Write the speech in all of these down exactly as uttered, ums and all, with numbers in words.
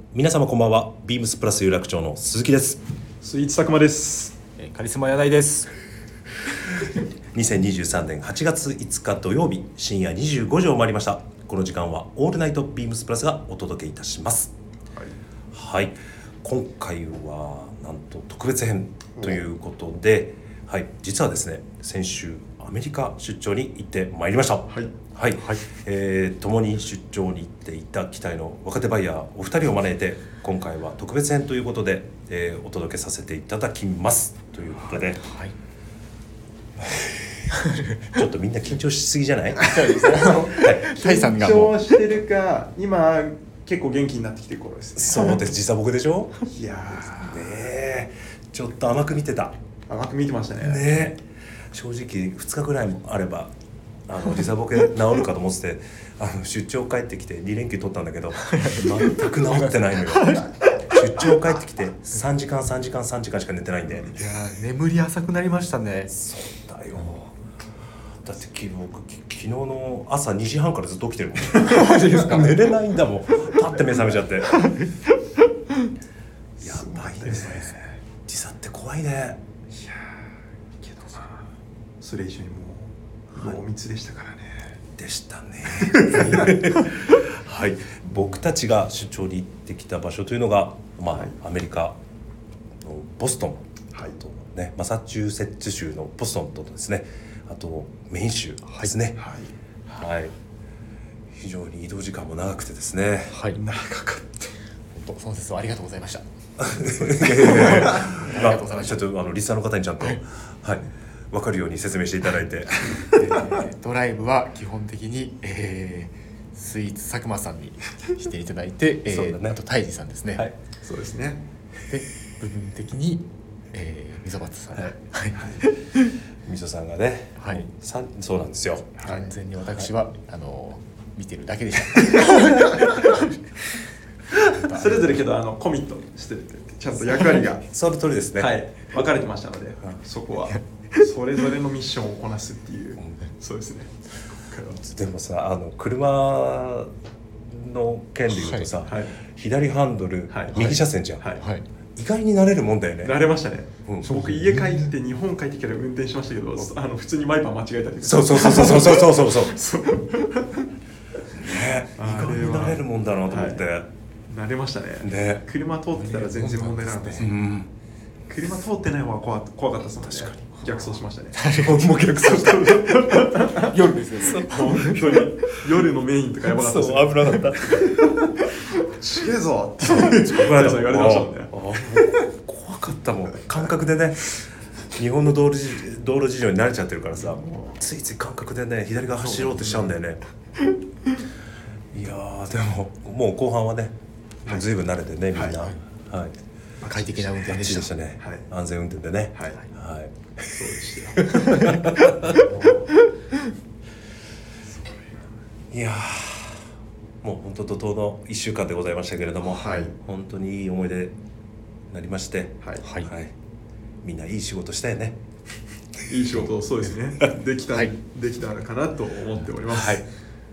皆様こんばんは。ビームスプラス有楽町の鈴木です。 スイーツ佐久間です。 カリスマ柳井です。 にせんにじゅうさんねんはちがついつか土曜日深夜にじゅうごじを回りました。この時間はオールナイトビームスプラスがお届けいたします。はい、はい、今回はなんと特別編ということで、はい、実はですね、先週アメリカ出張に行ってまいりました。はいはいはい、えー、共に出張に行っていた期待の若手バイヤーお二人を招いて、今回は特別編ということで、えー、お届けさせていただきますということで、はい、ちょっとみんな緊張しすぎじゃない？はい、 タイさんがもう緊張してるか、今結構元気になってきてる頃ですね。 そうです、時差ボケでしょ。 いやーねえ、ちょっと甘く見てた。 甘く見てましたね。 ねえ、正直ふつかぐらいもあればあの時差ボケ治るかと思ってて、あの出張帰ってきてに連休取ったんだけど全く治ってないのよ。出張帰ってきてさんじかんさんじかんさんじかんしか寝てないんで、いや眠り浅くなりましたね。 そうだよ、だって昨日昨日の朝にじはんからずっと起きてるもん。マジですか？寝れないんだもん、パッて目覚めちゃって。やばいですね、時差って怖いね。いやけどさ、それ以上にもう濃密でしたからね。 でしたね。はい、僕たちが出張に行ってきた場所というのが、まあ、はい、アメリカのボストン、はい、とね、マサチューセッツ州のボストンとですね、あとメイン州ですね。はい、はいはい、非常に移動時間も長くてですね。 はい、長かった。本当その説はありがとうございました。 いやいやいや、まあ、ちょっとあのリスナーの方にちゃんと、はい、分かるように説明していただいて、 えー、ドライブは基本的に、えー、スイーツ佐久間さんにしていただいて、えーね、あと泰治さんですね。 はい、そうですね。 で部分的に、えー、溝端さん、はいはい、 溝さんがね、はい、さんそうなんですよ。 完全に私は、はい、あの見てるだけでした。 それぞれけどあのコミットしてるというちゃんと役割がその通りですね。 はい、分かれてましたので、うん、そこはそれぞれのミッションをこなすっていう、うん、そうですね。 でもさ、あの車の件でいうとさ、はいはい、左ハンドル、はい、右車線じゃん、はいはい、意外に慣れるもんだよね。 慣れましたね、うん、僕家帰って日本帰ってきたら運転しましたけど、うん、あの普通にワイパー間違えたりとか。 そうそうそうそうそうそうそうそうそうね、意外に慣れるもんだなと思って、はい、 慣れました ね, ね車通ってたら全然問題なかったです、ね、うん、車通ってない方が 怖, 怖かったですもんね。確かに逆走しましたね。 もう逆走した夜ですよ。 本当に夜のメインとかやばかったです、ね、 そう危なかった。 ちげえぞって言われてましたもんね。 怖かったもん、感覚でね。日本の道路道路事情に慣れちゃってるからさ、ついつい感覚でね左側走ろうとしちゃうんだよね。いやー、でももう後半はね、もう随分慣れてね、みんな、はいはい、 快適な運転でした。 でしたね、はい、安全運転でね、はいはい、 そうでしたいやー、もう本当怒涛のいっしゅうかんでございましたけれども、はい、本当にいい思い出になりまして、はいはい、みんないい仕事したよね。 いい仕事をそうですねできた、はい、できたのかなと思っております、はい、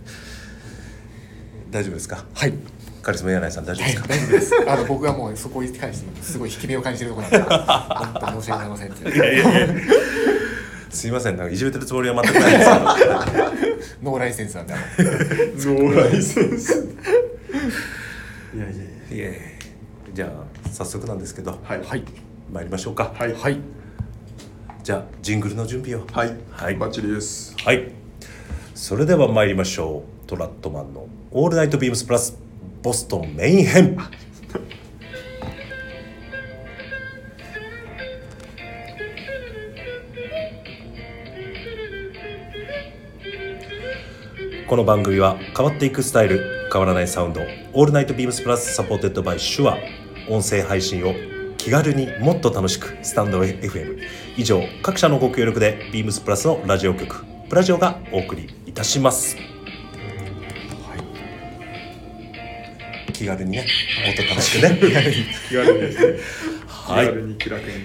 大丈夫ですか？ はい、 カリスマ柳井さん大丈夫ですか？ 大丈夫です。あの僕はもうそこに関してすごい引き目を感じているところなんで本当に申し訳ございません。いやいやいやすいません、なんかいじめてるつもりは全くないですけどノーライセンスなんで。ノーライセンスいやいやいやいやいや、じゃあ早速なんですけど、はい、はい、参りましょうか。 はい、はい、 じゃあジングルの準備を。 はい、はい、バッチリです。 はい、それでは参りましょう。トラットマンのオールナイトビームスプラスボストンメイン編。この番組は変わっていくスタイル、変わらないサウンド、オールナイトビームスプラスサポーテッドバイシュア。音声配信を気軽にもっと楽しくスタンド エフエム 以上各社のご協力でビームスプラスのラジオ局プラジオがお送りいたします。はい、気軽にね、もっと楽しくね。 気軽に気軽にですね。はい、気軽に気楽に。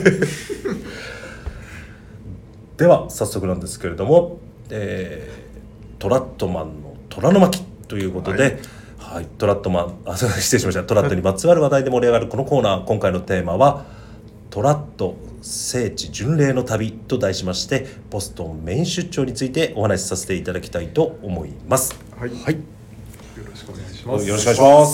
では早速なんですけれども、えー、トラットマンの虎の巻ということで、はいはい、トラットマンあ失礼しましたトラットにまつわる話題で盛り上がるこのコーナー、今回のテーマはトラット聖地巡礼の旅と題しまして、ボストンメイン出張についてお話しさせていただきたいと思います。 はい、はい、よろしくお願いします。 よろしくお願いします。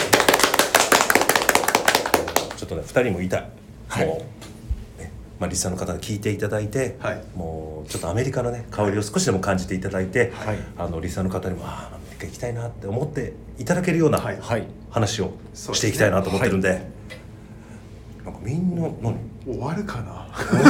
ちょっとねふたりも言いたい、はい、もう、ね、まあ、リスナーの方に聞いていただいて、はい、もうちょっとアメリカのね香りを少しでも感じていただいて、はい、あのリスナーの方にもあアメリカ行きたいなって思っていただけるような話をしていきたいなと思ってるんで、はい、なんかみんな何終わるかな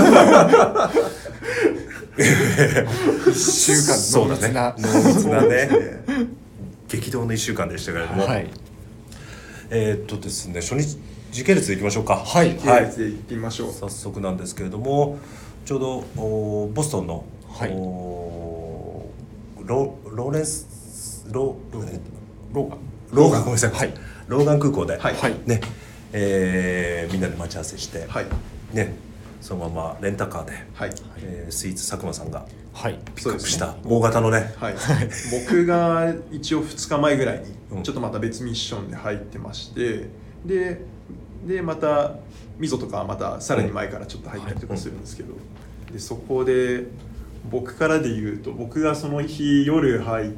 いっしゅうかん濃密な濃密なね激動のいっしゅうかんでしたけれども、はい、えー、っとですね初日時系列でいきましょうか。 はい、時系列でいってみましょう。 早速なんですけれども、ちょうどボストンの、はい、ロ, ローレンスローロローガンごめんなさい、はい、ローガン空港で、はいねえー、みんなで待ち合わせして、はいね、そのままレンタカーで、はいえー、スイーツ佐久間さんがピックアップした大型のね、 はい、僕が一応ふつかまえぐらいにちょっとまた別ミッションで入ってまして、うん、ででまた溝とかはまたさらに前からちょっと入ったりとかするんですけど、うん、でそこで僕からで言うと、僕がその日夜入って、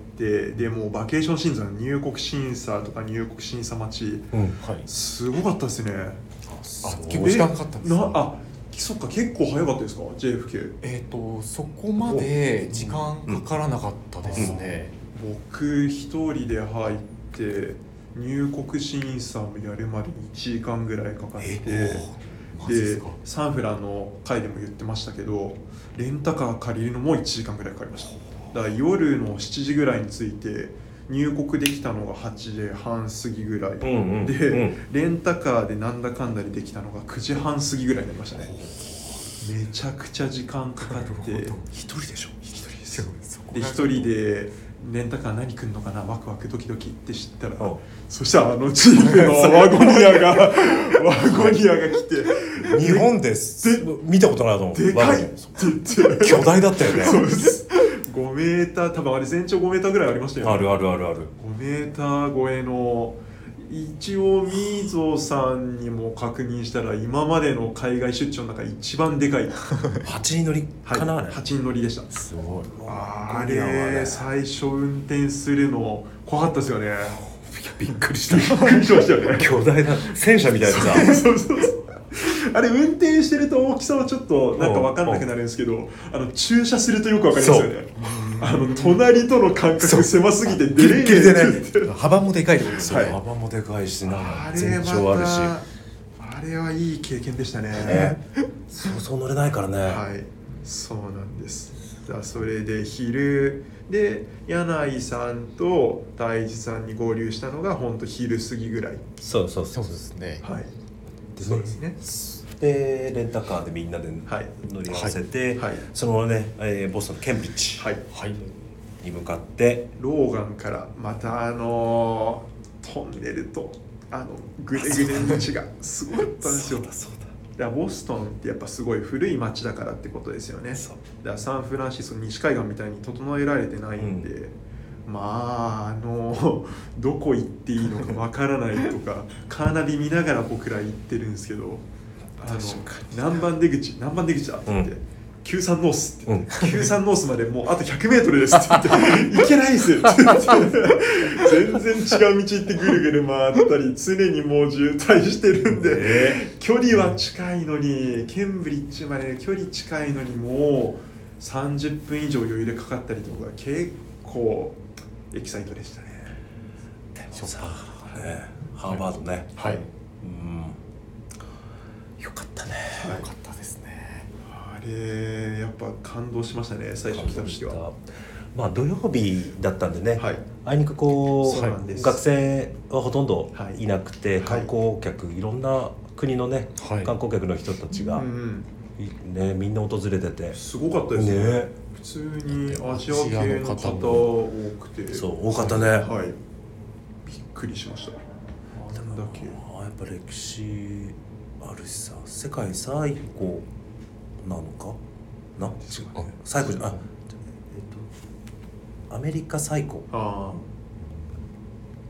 でもうバケーション審査の入国審査とか入国審査待ち、うんはい、すごかったですね。 あ結構時間かかったんですか。 あそっか結構早かったですか ジェイエフケー。 えっ、ー、とそこまで時間かからなかったですね、 うんうん、僕一人で入って入国審査をやるまでにいちじかんぐらいかかって、でサンフランの回でも言ってましたけど、レンタカー借りるのもいちじかんぐらいかかりました。だから夜のしちじぐらいに着いて入国できたのがはちじはん過ぎぐらい、うんうん、で、うん、レンタカーでなんだかんだでできたのがくじはん過ぎぐらいになりましたね。めちゃくちゃ時間かかって一人でしょ。 一人ですよ。で一人でレンタカー何来るのかなワクワクドキドキって知ったら、そしたらあのチープのワゴニアがワゴニアが来て日本です見たことないと思う。 でかいって言って巨大だったよね。 そうですごメーター多分あれ全長ごメーターぐらいありましたよね。 あるあるあるあるごメーター超えの、一応みぞさんにも確認したら今までの海外出張の中一番でかいはちにん乗りかな、 はい、はちにん乗りでした。 すごい。 あれ最初運転するの怖かったですよね。 びっくりしたびっくりしましたよね。 巨大な戦車みたいなさそうそうそうあれ運転してると大きさはちょっとなんか分かんなくなるんですけど、あの駐車するとよく分かりますよね。あの隣との間隔狭すぎて出れないって幅もでかいですよね、はい、幅もでかいしなんか全長あるし、 あれはいい経験でしたね。 ねそうそう乗れないからね。 はいそうなんです。だそれで昼で柳井さんと大地さんに合流したのが本当昼過ぎぐらい。 そうそうそうですね。 はいでそうですね。でレンタカーでみんなで乗り合わせて、はいはい、そのね、えー、ボストンのケンブリッジ、はいはい、に向かってローガンからまたあのー、トンネルとあのグレグレの道がすごかったんですよ。そうだそうだ。だからボストンってやっぱすごい古い街だからってことですよね。そうだからサンフランシスコ西海岸みたいに整えられてないんで、うん、まああのどこ行っていいのかわからないとかカーナビ見ながら僕ら行ってるんですけど、あの何番出口何番出口だって言って、うん、キューサンノースって言って、うん、キューサンノースまでもうあとひゃくメートルですって言って行けないですって言って全然違う道行ってぐるぐる回ったり常にもう渋滞してるんで、えー、距離は近いのにケンブリッジまで距離近いのにもうさんじゅっぷん以上余裕でかかったりとか結構エキサイトでしたね。 でもさ、ね、ハーバードね、はい、うんよかったね、 はい、よかったですね。 あれやっぱ感動しましたね最初来た時は。 まあ土曜日だったんでね、はい、あいにくこう、はい、学生はほとんどいなくて、はい、観光客、はい、いろんな国のね、はい、観光客の人たちが、うんね、みんな訪れててすごかったです ね, ね普通にアジア系の方多くてそう多かったね、 はい、びっくりしました。 あんだけやっぱ歴史あるしさ、世界最古なのかな、違う、ね、最古じゃあ、えっとアメリカ最古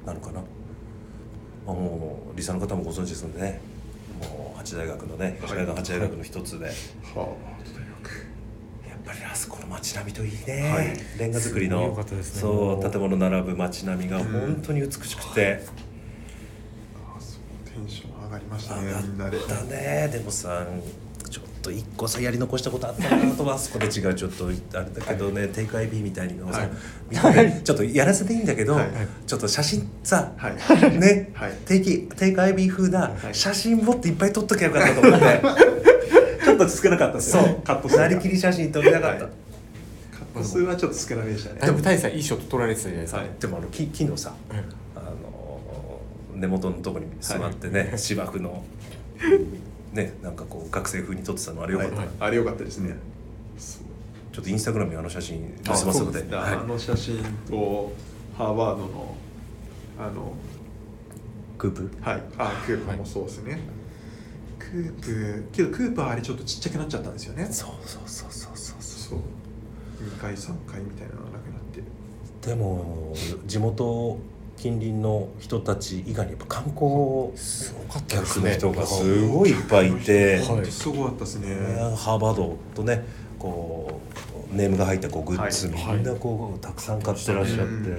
なのかな、まあ、もうリサの方もご存知ですのでね、もう八大学のね、吉海岸八大学の一つで、はい、 はあ、 やっぱりあそこの街並みといいね、 はい、 レンガ造りの、 ね、 そう建物並ぶ街並みが本当に美しくて、 うん、あそうテンション上がりましたね、みんなで。 だね。でもさ、ちょっと一個さやり残したことあったなとは、あそこで違うちょっとあれだけどね、はい、テイク アイビー みたいにのさ、はい、ちょっとやらせていいんだけど、はい、ちょっと写真さ、はい、ね、はい、テイク テイク アイビー 風な写真もっといっぱい撮っときゃよかったと思って、 ちょっと少なかったですよね。 そうカット数なりきり写真撮れなかった、はい、 カット数はちょっと少なめでしたね。 だいぶ大差いいショット撮られてたじゃないですか、はい、 でもあの木木のさ、うん、あの根元のところに座ってね、はい、芝生のね、なんかこう学生風に撮ってたのあれよかった、はいはい、 あれよかったですね。 ちょっとインスタグラムにあの写真載せますので、 あ、はい、あの写真とハーバードのあのクープ、 はい、あクープもそうですね、はい、クープけどクープはあれちょっとちっちゃくなっちゃったんですよね。 そうそうそうそうそうそうにかいさんかいみたいなのがなくなって、 でも地元近隣の人たち以外にやっぱ観光客の人がすごいいっぱいいて、 はい、すごかったですね。 ハーバードとねこうネームが入ったこうグッズ、はい、みんなこうたくさん買ってらっしゃって、うんね、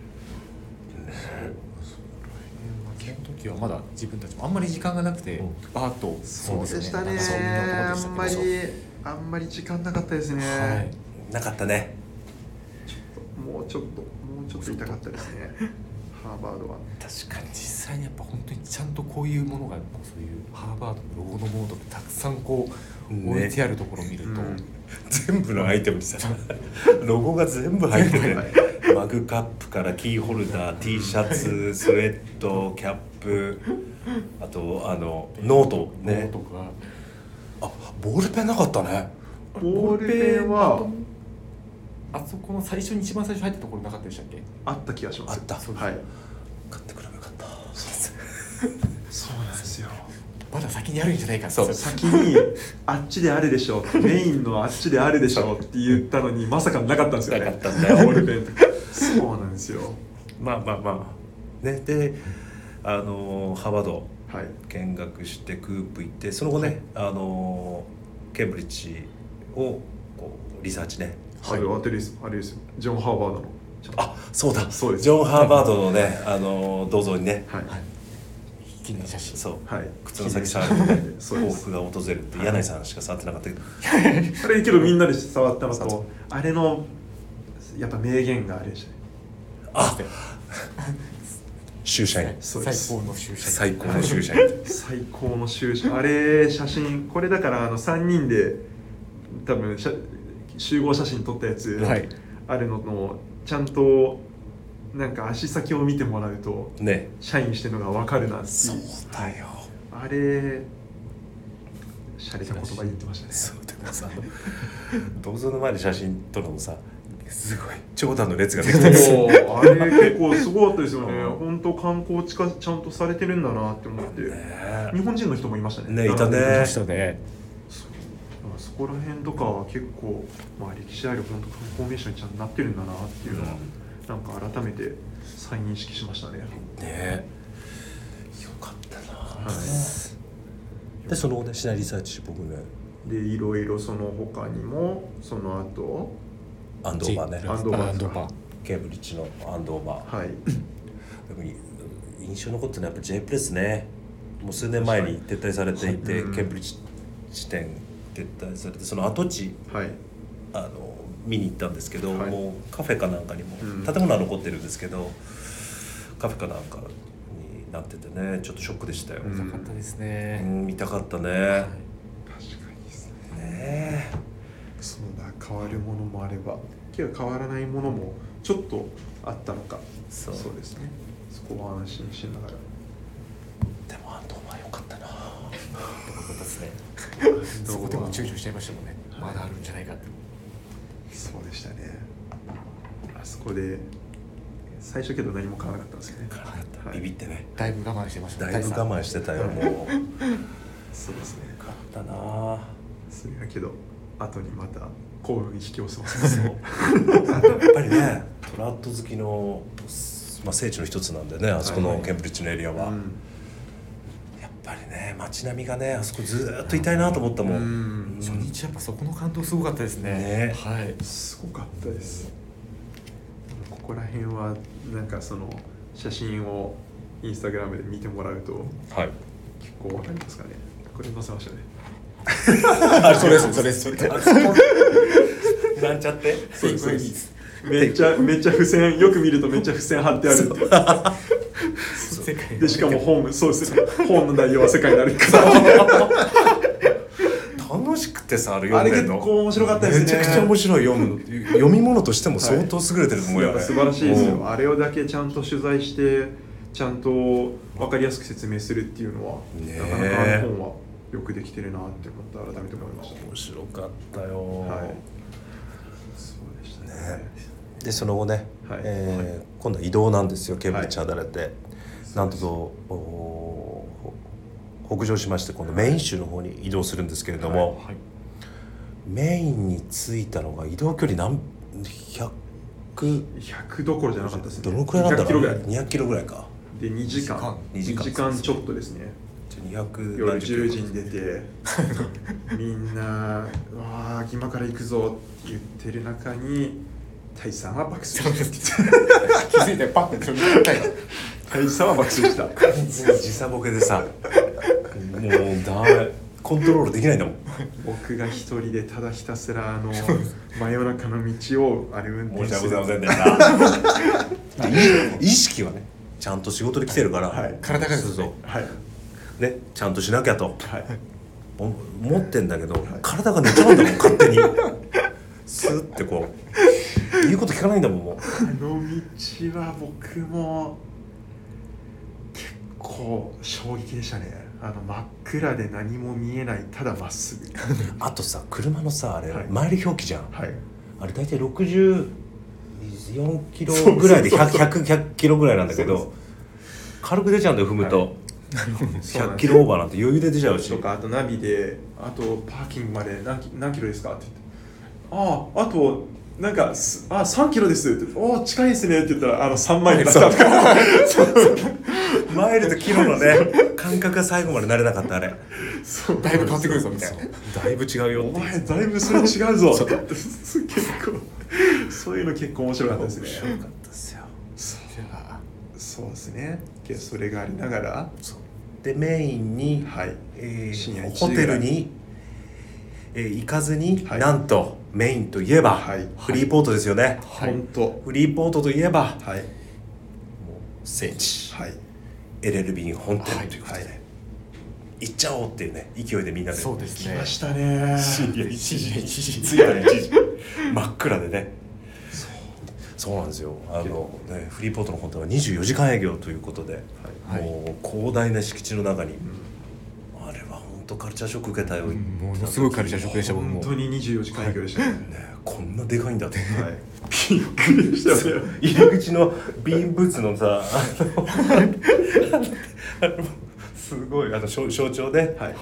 その時はまだ自分たちもあんまり時間がなくて、うん、バーッとそうでしたね。あんまりあんまり時間なかったですね、 はい、なかったね。 ちょっともうちょっともうちょっと痛かったですねハーバードは。 確かに実際にやっぱ本当にちゃんとこういうものがそういうハーバードのロゴのものとかたくさんこう置いてあるところを見ると、ね、うん、 全部のアイテムにさロゴが全部入ってて、マグカップからキーホルダー、 T シャツ、スウェット、キャップ、あとあのノートね、ノートか、あ、ボールペンなかったね。 ボールペンはあそこの最初に一番最初入ったところなかったでしたっけ？ あった気がします。 あった。 はい。 買ってくればよかった。 そうなんですよ。 まだ先にあるんじゃないか。 そう先にあっちであるでしょう。メインのあっちであるでしょうって言ったのにまさかなかったんですよね。 なかったんだよ。 ボールペンとか。そうなんですよ。 まあまあまあね、で、あのハーバード見学してクープ行って、その後ね、はい、あのケンブリッジをこうリサーチね。 はい、あれですあれですよ、ジョン・ハーバードの。 あ、そうだ、 そうです。 ジョン・ハーバードのね、あの銅像にね、 はい、記念写真、 そう、 はい、 靴の先触るとね、幸福が訪れるって柳井さんしか触ってなかったけど、 あれけどみんなで触ったのと、あれのやっぱ名言があれでしたね。 あ、終社員、 最高の終社員、 最高の終社員、 最高の終社員。あれ写真、これだからあのさんにんで多分集合写真撮ったやつ、はい、あるののちゃんとなんか足先を見てもらうと、ね、社員してるのが分かるなっていう。 そうだよ。 あれシャレた言葉言ってましたね。 そうでもさ、銅像の前で写真撮るのもさ、すごい長蛇の列ができてる。 そうあれ結構すごかったですよね。本当観光地化ちゃんとされてるんだなって思って、ね、日本人の人もいましたね。 ね、いたね。 いましたね。 そこら辺とかは結構、まあ、歴史ある本当観光名所にちゃんとなってるんだなっていうのは、うん、なんか改めて再認識しましたね。 ね、よかったな。はい、でその後ね、シナリサーチ僕ね。 でいろいろその他にもその後アンドーバーね。 アンドーバー、 アンドーバー、 ケンブリッジのアンドーバー。 はい。 でも印象に残ってるのはやっぱ J プレスね。もう数年前に撤退されていて、はい、ケンブリッジ支店撤退されて、その跡地、はい、あの見に行ったんですけど、はい、もうカフェかなんかにも、うん、建物は残ってるんですけど、カフェかなんかになっててね、ちょっとショックでしたよ。 見たかったですね。 うん、見たかったね。はい、 確かにですね。 ね、 そうだ、変わるものもあれば、けど変わらないものもちょっとあったのか。そう、そうですね。そこを安心しながら。 でもアンドーバー良かったな。良かったですね。 そこでも躊躇しちゃいましたもんね。まだあるんじゃないかって。 そうでしたね。あそこで最初けど何も買わなかったんですよね。 買わなかった。ビビってね。 だいぶ我慢してましたね。 だいぶ我慢してたよもう。 そうですね。 よかったな。 それだけど後にまた興奮引き寄せます。 そう。やっぱりね、トラッド好きのまあ、聖地の一つなんでねあそこのケンブリッジのエリアは、 うん、 やっぱりね街並みがねあそこずーっといたいなと思ったもん、うん、 初日やっぱそこの感動すごかったですね。 ね、 はい、 すごかったです。ここら辺はなんかその写真をインスタグラムで見てもらうと、はい、結構わかりますかね。これ載せましたね。 あそれですそれですそれなんちゃってそうですそうです。めっちゃめっちゃ付箋よく見るとめっちゃ付箋貼ってあるっていうでしかも本そうです本の内容は世界になるから楽しくてさあれあれ読んでんの結構面白かったですね。 めちゃくちゃ面白い読む読み物としても相当優れてると思うよ、 はい、素晴らしいですよ。あれをだけちゃんと取材してちゃんと分かりやすく説明するっていうのは、ね、なかなかあの本はよくできてるなって思った改めて思いました。 面白かったよ、 はい、そうでした ね, ねでその後ね、はいえーはい、今度は移動なんですよケンブリッジ離れて、はい、なんと北上しまして今度メイン州の方に移動するんですけれども、はいはい、メインに着いたのが移動距離何百ひゃくどころじゃなかったですね。 どのくらいなんだろう。 にひゃくキロぐらいにひゃくキロぐらいかでにじかんにじかんちょっとですね。 にひゃく夜じゅうじに出てみんなわあ今から行くぞって言ってる中にタイさんは爆睡した気づいてパッて飛び込んだタイさんは爆睡した完全に時差ボケでさもうだコントロールできないんだもん。 僕が一人でただひたすらあの真夜中の道をあれ運転してる。 意識はねちゃんと仕事で来てるから、 はい、体がですね、 はいね、ちゃんとしなきゃと、はい、思ってんだけど、はい、体が寝ちゃうんだもん勝手にスーってこう言うこと聞かないんだもんもう。 あの道は僕も結構衝撃でしたね。あの真っ暗で何も見えないただまっすぐあとさ車のさあれ、はい、マイル表記じゃん、はい、あれ大体ろくじゅうよんキロぐらいでひゃく、ひゃく、ひゃくキロぐらいなんだけど軽く出ちゃうんだよ踏むと、はい、ひゃくキロオーバーなんて余裕で出ちゃうしとかあとナビであとパーキングまで 何, 何キロですかって言ってあああとなんかあさんキロですってお近いですねって言ったらあのさんマイルだったとかマイルとキロのね感覚が最後まで慣れなかったあれそうだいぶ変わってくるぞみたいなだいぶ違うよってお前だいぶそれ違うぞ結構そういうの結構面白かったですね。 面白かったですよ。 そうですね。それがありながらでメインに、はいえー、ホテルに、えー、行かずに、はい、なんとメインといえば、はい、フリーポートですよね。 はい、本当フリーポートといえば、 はい、もう聖地、 はい、 エルエルビー 本店ということで、はい、行っちゃおうっていうね勢いでみんなでそうですね来ましたね。 深夜いちじ着いたらいちじ真っ暗でね。そうなんですよあの、ね、フリーポートの本店はにじゅうよじかん営業ということで、はい、もう広大な敷地の中に、うん、あれは本当カルチャーショック受けたよ、うん、 ものすごいカルチャーショックでした僕も本当ににじゅうよじかん営業でしたね、はい、ねこんなでかいんだって、はい、 びっくりでしたよ入り口のビーンブーツのさすごいあの象徴で、はい、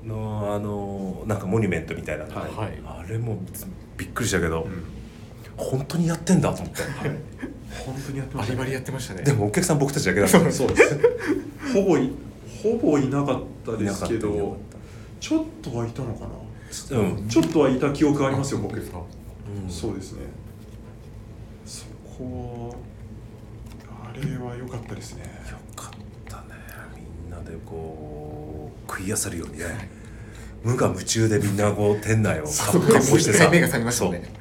のあのなんかモニュメントみたいな、はい、あれもびっくりしたけど、うん本当にやってんだと思って、はい、 本当にやってました、ね、 バリバリやってましたね。 でもお客さん僕たちだけだからそうですほぼいほぼいなかったですけどちょっとはいたのかな、うん、ちょっとはいた記憶ありますよ僕、うん、そうですねそこあれは良かったですね。 良かったねみんなでこう食い漁るようにね無我夢中でみんなこう店内をかっ歩してさ目が覚めましたね。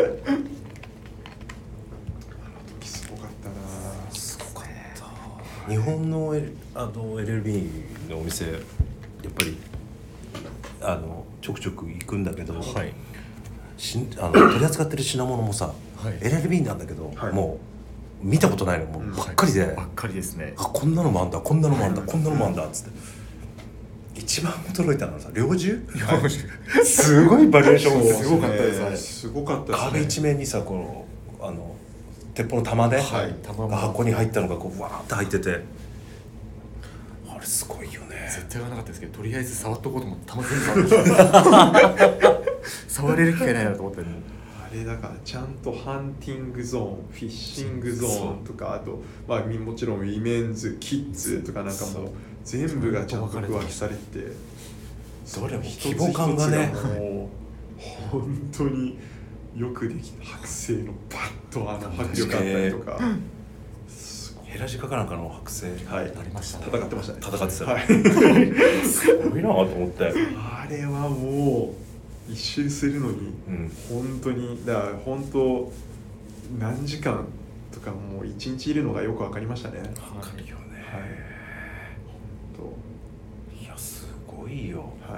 日本の、あの エルエルビー のお店やっぱりあのちょくちょく行くんだけど、はい、しあの取り扱ってる品物もさ、はい、エルエルビー なんだけど、はい、もう見たことないのもうばっかりで、 はい、ばっかりですね。 あこんなのもあんだこんなのもあんだ、はい、こんなのもあんだっつって一番驚いたのはさ猟銃すごいバリエーションすごかったですね。すごかったですね。 壁一面にさこのあの鉄砲の弾で、はい、が箱に入ったのがこうわーって入っててあれすごいよね。 絶対言わなかったですけどとりあえず触っとこうと思って弾全部触って触れる機会ないなと思って、ね、 あれだからちゃんとハンティングゾーン、フィッシングゾーンとか、あと、まあ、もちろんウィメンズ、キッズとかなんかもう全部がちゃんと区分けされてて、 どれも規模感がね、 もう本当によくできた。剥製のバッとあの迫力あったりとか、 ヘラジカかなんかの剥製はい、 ありましたね。 戦ってましたね。 戦ってた、 はい、 すごいなと思って。 あれはもう一周するのに、 うん、 本当にだから本当何時間とかもう一日いるのがよく分かりましたね。 分かるよね、 はい、本当いやすごいよ、 はい、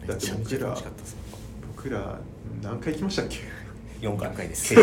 だって僕ら僕ら何回行きましたっけ？ よんかいよんかいです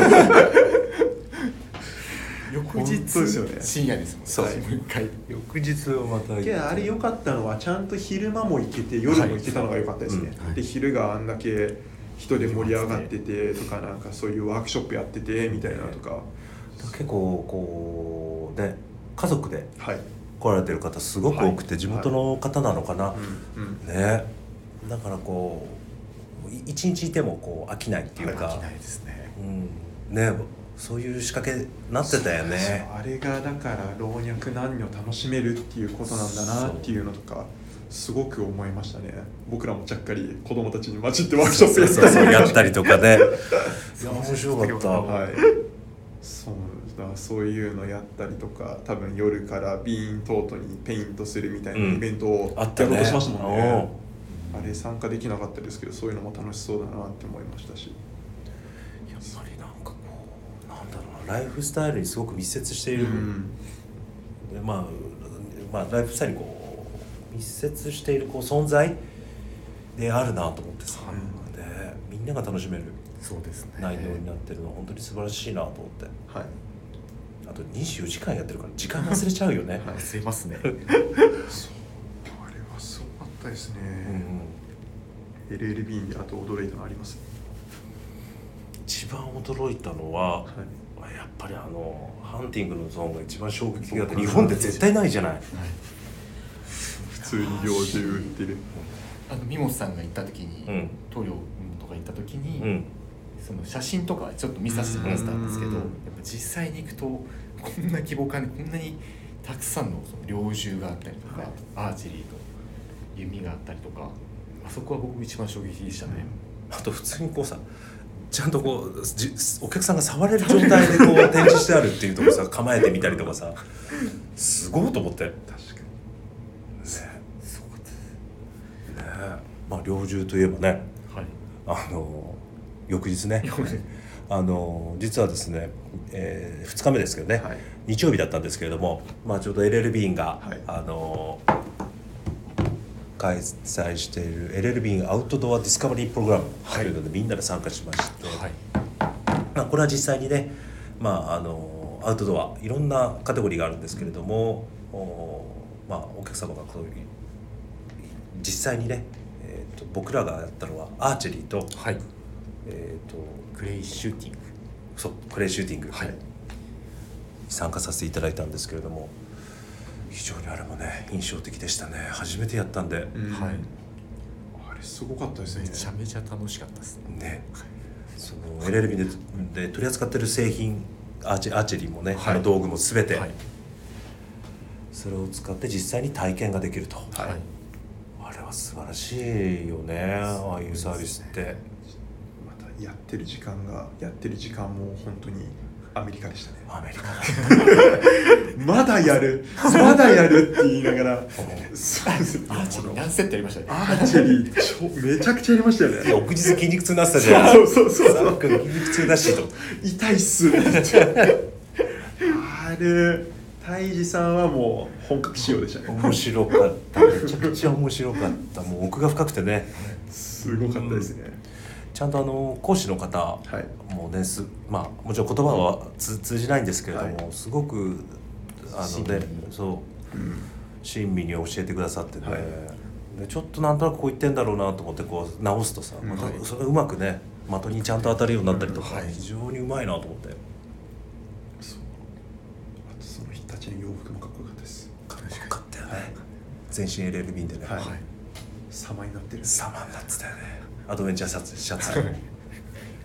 翌本当日ですよね。 深夜ですもんね。 そうもう一回翌日はまたけどあれ良かったのはちゃんと昼間も行けて夜も行けたのが良かったですね、 はいうんで昼があんだけ人で盛り上がっててとか、なんかそういうワークショップやっててみたいなとか、 結構こうね家族ではい来られてる方すごく多くて、 はい地元の方なのかな、 うんうんね、だからこうい一日いてもこう飽きないっていうか、 飽きないですね。 うん、ねそういう仕掛けなってたよね。 あれがだから老若男女楽しめるっていうことなんだなっていうのとかすごく思いましたね。僕らもちゃっかり子供たちに混じってワークショップやったりそうそうそうやったりとかねいや面白かった、 はい、そうだそういうのやったりとか、多分夜からビーントートにペイントするみたいなイベントをあったねやろうとしましたもんね。 おあれ参加できなかったですけど、そういうのも楽しそうだなって思いましたし、 やっぱりなんかこうなんだろうな、ライフスタイルにすごく密接している、 うんでまあ、まあライフスタイルにこう密接しているこう存在であるなと思ってさ、 うんでみんなが楽しめるそうですね。 内容になってるのは本当に素晴らしいなと思って、 はい、 あとにじゅうよじかんやってるから時間忘れちゃうよね、 はい忘れますね。 そうあれはすごかったですね、 うん、 エルエルビー にあと驚いたのあります？ 一番驚いたのは、 はいやっぱりあのハンティングのゾーンが一番衝撃的だって、日本で絶対ないじゃない。 普通に猟銃売ってる。 あの三本さんが行った時に、 うん塗料とか行った時に、 うんその写真とかちょっと見させてもらってたんですけど、 うんやっぱ実際に行くとこんな規模感でこんなにたくさんのその猟銃があったりとか、 はい、 アーチェリーと弓があったりとか、あそこは僕一番衝撃でしたね。 あと普通にこうさ、ちゃんとこうじお客さんが触れる状態でこう展示してあるっていうところさ、構えてみたりとかさ、すごいと思って。 確かにね、 すごかったです。 ね、まあ猟銃といえばね、 はい。 あの翌日ね、あの実はですね、えー、ふつかめですけどね、 はい、 日曜日だったんですけれども、まあちょうど エルエルビー が、 はい、あの開催している エルエルビー アウトドアディスカバリープログラムというので、みんなで参加しまして、 はい、 まあ、これは実際にね、まあ、あのアウトドアいろんなカテゴリーがあるんですけれども、お、まあ、お客様がそういう実際にね、えー、と僕らがやったのはアーチェリーと、 はい、 えー、とクレイシューティング、 そうクレイシューティング、 はい、 参加させていただいたんですけれども、非常にあれもね印象的でしたね。初めてやったんで、 うんはい、 あれすごかったですね。 めちゃめちゃ楽しかったですね。 ね、その エルエルビー で, で取り扱ってる製品アーチ、アーチェリーもね、 はい、 あの道具も全て、はい、 はい、 それを使って実際に体験ができると、 はい、 あれは素晴らしいよね、ああいうサービスって。 またやってる時間がやってる時間も本当にアメリカでしたね。 アメリカまだやるまだやるって言いながらそうですアーチェリー何セットやりましたね。 アーチェリーちょめちゃくちゃやりましたよね。 翌日筋肉痛になってたじゃん。 そうそうそうそう筋肉痛だしと痛いっすあれ泰治さんはもう本格仕様でしたね。 面白かった、めちゃくちゃ面白かった。もう奥が深くてね、 すごかったですね。 ちゃんとあの講師の方もね、すまあもちろん言葉は通じないんですけれども、はい、すごくあのね、そう、うん、親身に教えてくださってね、はい、でちょっとなんとなくこう言ってんだろうなと思ってこう直すとさ、またそれがうまくね的にちゃんと当たるようになったりとか、うん、はい、非常にうまいなと思って。 そう、あとその日たちの洋服もかっこよかったです。 かっこよかったよね、はい、全身 エルエルビー でね、 はいはい、様になってる、 様になってたよね、アドベンチャーシャツシャツ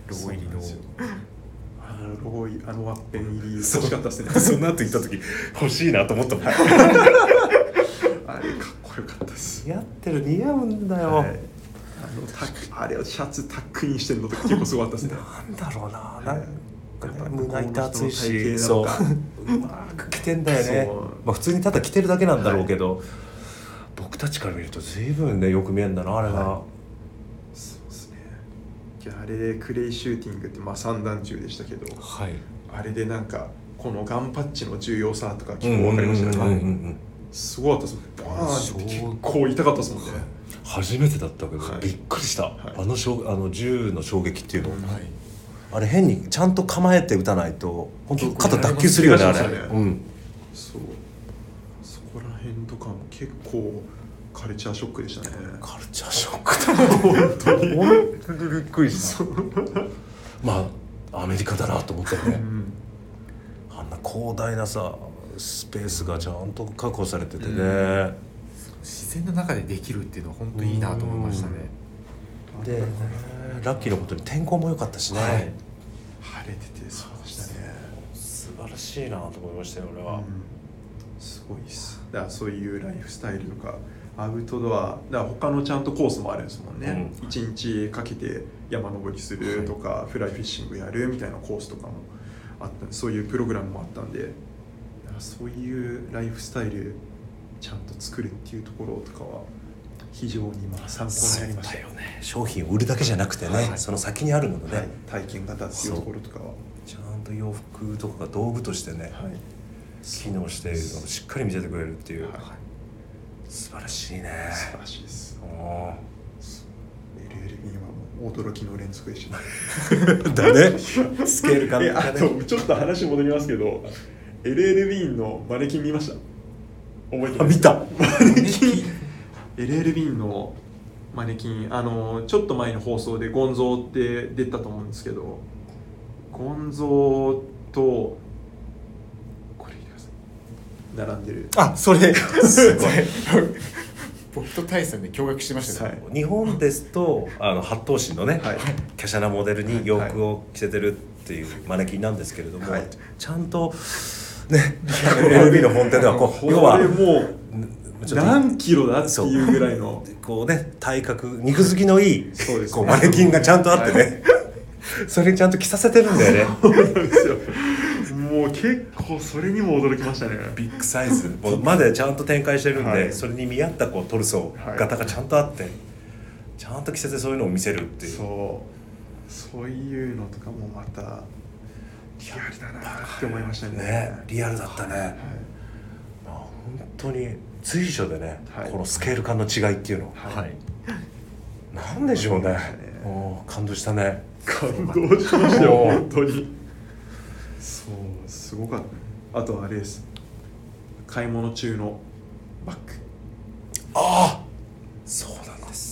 ロゴ入りのあのロゴあのワッペン入り欲そうしかったですね。 その後行った時欲しいなと思ったもんあれかっこよかったです。 やってる似合うんだよ、 はい、あのタックあれをシャツタックインしてるのとか結構すごかったですね。 なんだろうな、 はいなんかね胸板厚いし、 体型そうなのかうまく着てんだよねそう。 まあ普通にただ着てるだけなんだろうけど、僕たちから見ると随分ねよく見えるんだなあれが、 はいそうですね。いやあれでクレイシューティングってまあ散弾銃でしたけど、 はいあれでなんかこのガンパッチの重要さとか結構分かりましたね。 うんうんうんうんすごかったですもん。バーンって結構痛かったですもんね。 初めてだったけど、 はいびっくりした、 はいあのしょうあの銃の衝撃っていうの、 うんはいあれ変にちゃんと構えて撃たないと本当肩脱臼するよねあれ、 結構やられましたねうん、 そうそこら辺とかも結構カルチャーショックでしたね。 カルチャーショックだ本当に本当にびっくりしたまあアメリカだなと思ったよね、 うんあんな広大なさスペースがちゃんと確保されててね、 うん自然の中でできるっていうのは本当にいいなと思いましたね。 でラッキーなことに天候も良かったしね、 はい晴れててそうでしたね。 素晴らしいなと思いましたよ俺は、 うんすごいっす。だからそういうライフスタイルとかアウトドアだから他のちゃんとコースもあるんですもんね。 うん一、日かけて山登りするとか、フライフィッシングやるみたいなコースとかもあったんで、そういうプログラムもあったんで、だからそういうライフスタイルちゃんと作るっていうところとかは非常にまあ参考になりましたそうだよね。商品を売るだけじゃなくてね、 はいその先にあるものね、 はい、体験型っていうところとかは、 ちゃんと洋服とかが道具としてね、 はい、 機能しているのをしっかり見せてくれるっていう、 はい素晴らしいね。 素晴らしいです。 おエルエルビー はもう驚きの連続でした。 ーだねスケール感え、 がね。 あとちょっと話戻りますけど エルエルビー のマネキン見ました？覚えてますあ見たマネキン エルエルビー のマネキン、あのちょっと前の放送でゴンゾーって出たと思うんですけど、ゴンゾーとこれ見てください、並んでる。 あ、それすごい僕とタイさんで驚愕してましたね、 はい日本ですとあの八頭身のね、 はい華奢なモデルに洋服を着せてるっていうマネキンなんですけれども、 はいちゃんとね エルエルビー の本店ではこうこれ要はもうちょっと何キロだっていうぐらいのこうね体格肉付きのいいそうですねこうマネキンがちゃんとあってね、 はいそれにちゃんと着させてるんだよねそうなんですよ。もう結構それにも驚きましたね。 ビッグサイズもうまでちゃんと展開してるんで、 はいそれに見合ったこうトルソはい型がちゃんとあって、ちゃんと着せてそういうのを見せるっていう。 そうそういうのとかもまたリアルだなって思いましたね。 ねリアルだったね、 はいまあ、本当に随所でね、 はいこのスケール感の違いっていうの、 はいはいなんでしょうねねおー感動したね。 感動しましたよおー本当に。そうすごかった。あとあれです。買い物中のバッグ。 ああそうなんです。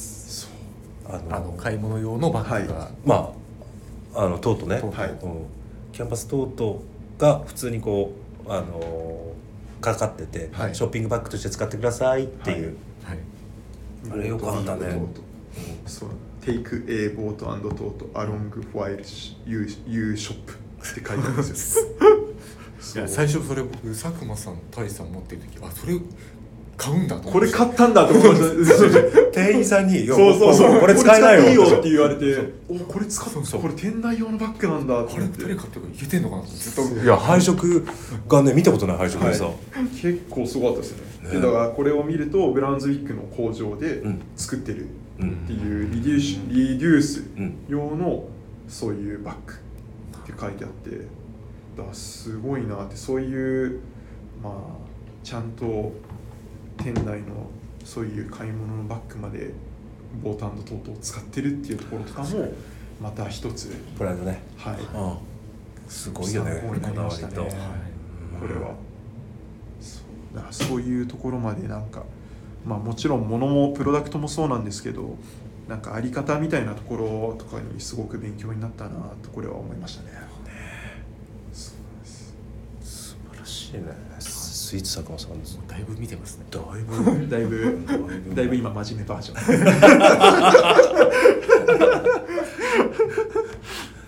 そうあのあの買い物用のバッグが、 はまああのトートね、 トートはいうん、キャンパストートが普通にこうあのかかってて、 はいショッピングバッグとして使ってくださいっていう、 はいあれよかったねボートトートそう Take a boat and tote along while you, you shop って書いてあるんですよ。 いや最初それ僕佐久間さんタイさん持ってる時あそれ買うんだと思これって買ったんだと思いました。 店員さんに「いやそうそうそう、 これ使えないよ」 これ使っていいよって言われて、おこれ使っそうそうこれ店内用のバッグなんだとこれ思って二人買ってるからいけてんのかなとずっといや配色がね見たことない配色でさ、 はい結構すごかったですね。 ねでだからこれを見るとブラウンズウィックの工場でうん作ってるうんっていうリデュースリデュースうん用のそういうバッグって書いてあって、だからすごいなって、そういうまあちゃんと店内のそういう買い物のバッグまでボート&トートを使ってるっていうところとかもまた一つ、 プライドね、 はい、 うん、すごいよね参考になりこだましたねわりと、 はいこれはそうだからそういうところまでなんか、まあもちろん物もプロダクトもそうなんですけど、なんかあり方みたいなところとかにすごく勉強になったなとこれは思いましたね。そうなんです素晴らしいね。スイーツ佐久間さんです。 だいぶ見てますねだいぶだいぶだいぶだいぶ今真面目バージョン。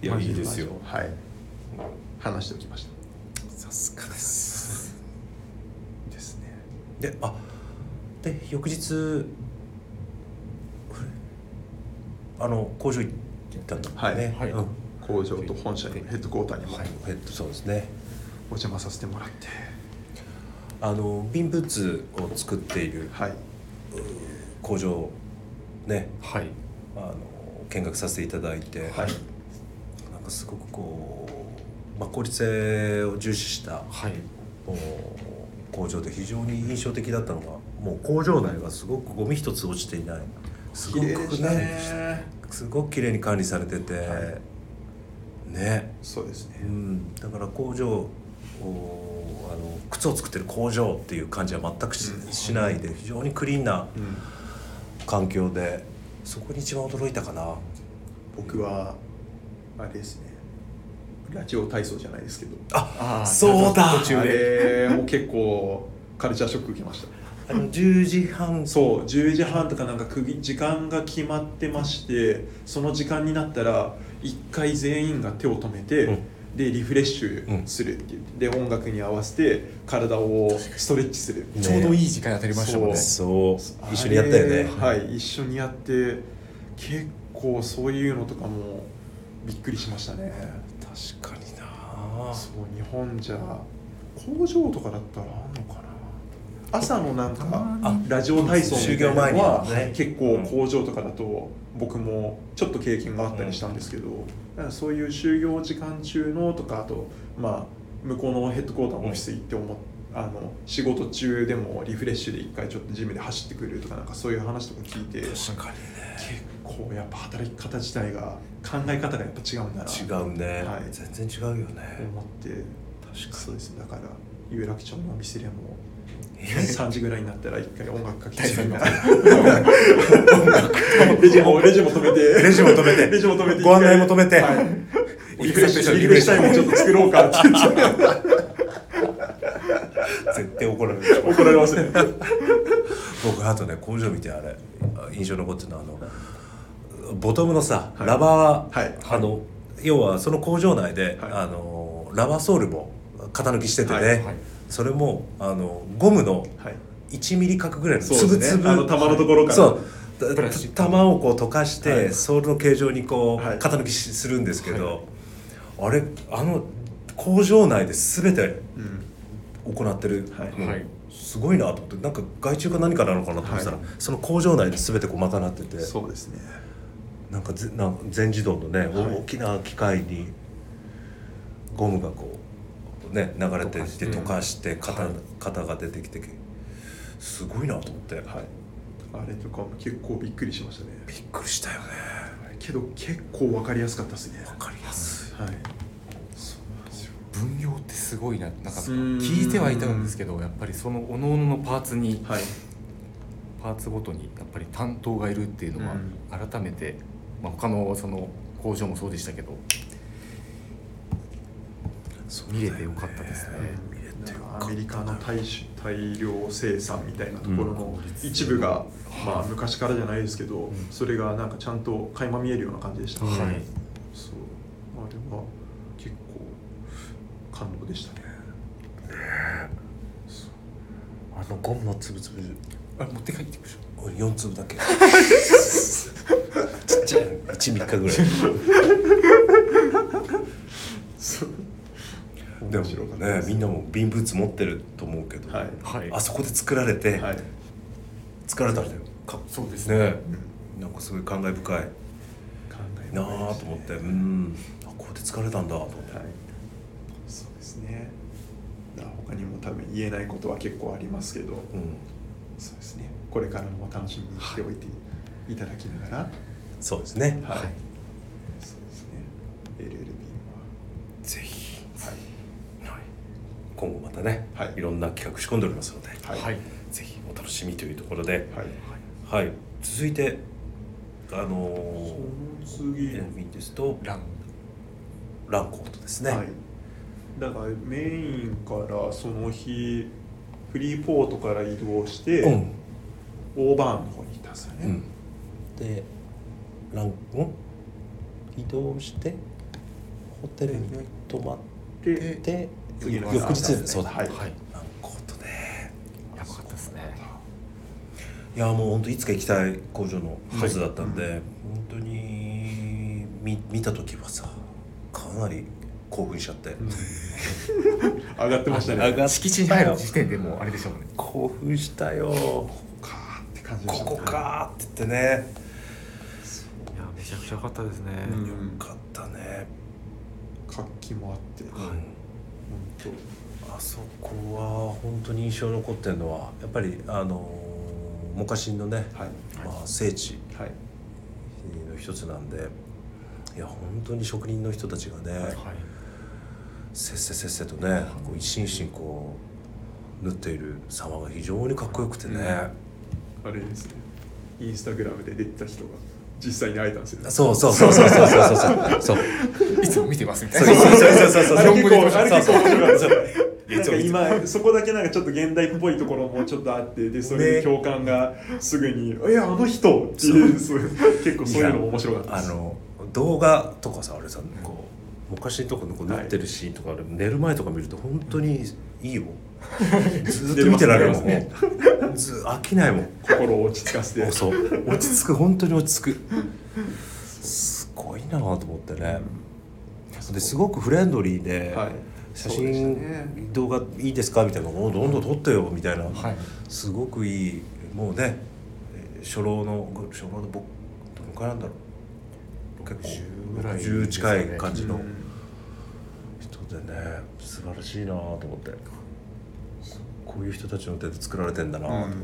いやいいですよ。 はい、話しておきました。 さすがですですね。で、あで翌日あの工場行ったんだもんね。 はい、 うん、 工場と本社にヘッドクォーターにも、 はい、ヘッドそうですね。 お邪魔させてもらって、 あのビンブーツを作っている、 はい、 工場ね、 はい、 あの見学させていただいて、 はい、 なんかすごくこう、まあ、効率性を重視した、 はい、 もう工場で非常に印象的だったのが、もう工場内がすごくゴミ一つ落ちていない、すごく綺麗でしたね、 ね。 すごく綺麗に管理されてて、 はい、 ね、 そうですね、 うん、だから工場をあの靴を作ってる工場っていう感じは全く し,、 うん、 しないで、非常にクリーンなうん環境で、そこに一番驚いたかな。 僕はあれですね、ラジオ体操じゃないですけど、 あ、 あそうだ、 途中あでれも結構カルチャーショック受けました。 あのじゅうじはん、 そうじゅうじはんとかなんか区切時間が決まってまして、その時間になったら一回全員が手を止めて、うん、でリフレッシュするっていう、うん、で音楽に合わせて体をストレッチする、 ね、ちょうどいい時間に当たりましたもんね。 そうそう一緒にやったよね。 はい、一緒にやって結構そういうのとかもびっくりしましたね。 確かにな。 そう日本じゃ工場とかだったらあんのかな。朝のなんかラジオ体操みたいなのは結構工場とかだと僕もちょっと経験があったりしたんですけど、そういう就業時間中のとか、あとまあ向こうのヘッドクォーターのオフィス行って思っあの仕事中でもリフレッシュで一回ちょっとジムで走ってくるとか、なんかそういう話とか聞いて、 確かにね、 結構やっぱ働き方自体が考え方がやっぱ違うんだな。 違うね、 はい、 全然違うよね。 思って、 確かにそうですね。だから有楽町のお店でもさんじぐらいになったら一回音楽かけてみたいな。レジもレジも止めてレジも止めてレジも止めてご案内も止めて、 はい、リフレッシュリフレッシュタイムちょっと作ろうかって言って絶対怒られる怒られますね。 僕あとね、工場見てあれ印象残ってるのは、あのボトムのさ、 はい、 ラバー、 はい、 あの要はその工場内で、 はい、 あのラバーソールも型抜きしててね、はいはい、それもあのゴムのいちミリ角ぐらいのつぶつぶ、 ね、あの玉のところから、 そう玉をこう溶かして、はい、ソールの形状にこう、はい、型抜きするんですけど、はい、あれあの工場内で全て行ってる、 はいはい、 すごいなと思って、なんか外注か何かなのかなと思ったら、はい、その工場内で全てこう賄ってて、 そうですね、 なんかぜなん全自動のね、はい、大きな機械にゴムがこうね流れてきて溶かして型、はい、型が出てきてすごいなと思って、はい、 あれとかも結構びっくりしましたね。 びっくりしたよね。 けど結構分かりやすかったですね。 分かりやすい、 はい、 分業ってすごいな、なんか聞いてはいたんですけど、やっぱりその各々のパーツに、はい、パーツごとにやっぱり担当がいるっていうのは改めて、まあ、他のその工場もそうでしたけど、見れてよかったですね。 見れてよかった。アメリカの 大, 大量生産みたいなところの一部が、うん、まあ、昔からじゃないですけど、うん、それがなんかちゃんと垣間見えるような感じでしたね。はい、そう、あれは結構感動でしたね。 あのゴムのつぶつぶ、 あれ持って帰ってくる。 俺よんつぶだけちっちゃいいちミリかぐらいでもね、みんなもビンブーツ持ってると思うけど、はいはい、あそこで作られて、はい、作られたんだよ。 そうですね、 ね、うん、なんかすごい感慨深いなあと思って、うん、あここで作られたんだと思って、はい、 そうですね。他にも多分言えないことは結構ありますけど、うん、そうですね、これからも楽しみにしておいていただきながら、 そうですね、はい、そうですね、エルエルビー はぜひ、はいはい、今後またね、はい、いろんな企画仕込んでおりますので、はい、ぜひお楽しみというところで、はいはい、続いてあのー、 その次エルエルビー ですとランランコートですね、はい、 だからメインからその日フリーポートから移動して、うん、オーバーンの方に行ったんですよね、 うん、でランん移動してホテルに泊まってで次の翌日朝そうだ、 はい、 なるほどね。 やばかったですね。 いやもう本当いつか行きたい工場の一つだったんで、はい、本当に 見, 見た時はさかなり興奮しちゃって、うん、 上がってましたね。 上が敷地に入る時点でもうあれでしょうね。 興奮したよ。ここかーって感じでしたね。 ここかーって言ってね。 いやめちゃくちゃ良かったですね。 うん、よかったね。 活気もあって、うん、本当あそこは本当に印象に残ってるのはやっぱりあのモカシンのね、はい、まあ、聖地の一つなんで、いや本当に職人の人たちがね、はい、せっせせっせとねこう一心一心こう縫っている様が非常にかっこよくてね、うん、 あれですね、インスタグラムで出てた人が実際に会えたんですよね。 そうそうそうそうそうそうそうそういつも見てますみたいな。 そうそうそうそうそう。あれ結構あれ結構面白かった。なんか今そこだけなんかちょっと現代っぽいところもちょっとあって、でそれで共感がすぐに、ね、いやあの人っていうそう結構そういうのも面白かったです。 あの動画とかさあれさこう昔のところこう縫ってるシーンとか、はい、寝る前とか見ると本当にいいよ。ずっと見てられるもんね。ず飽きないもん。 心を落ち着かせて。 そう落ち着く本当に落ち着く。すごいなと思ってね。ですごくフレンドリーで。はい、写真、ね、動画いいですかみたいなのをどんどん撮ってよみたいな、はい、すごくいいもうね初老の初老の僕どのくらいなんだろう結構ろくじゅう近い感じの人でね素晴らしいなと思ってこういう人たちの手で作られてんだなと思ってね、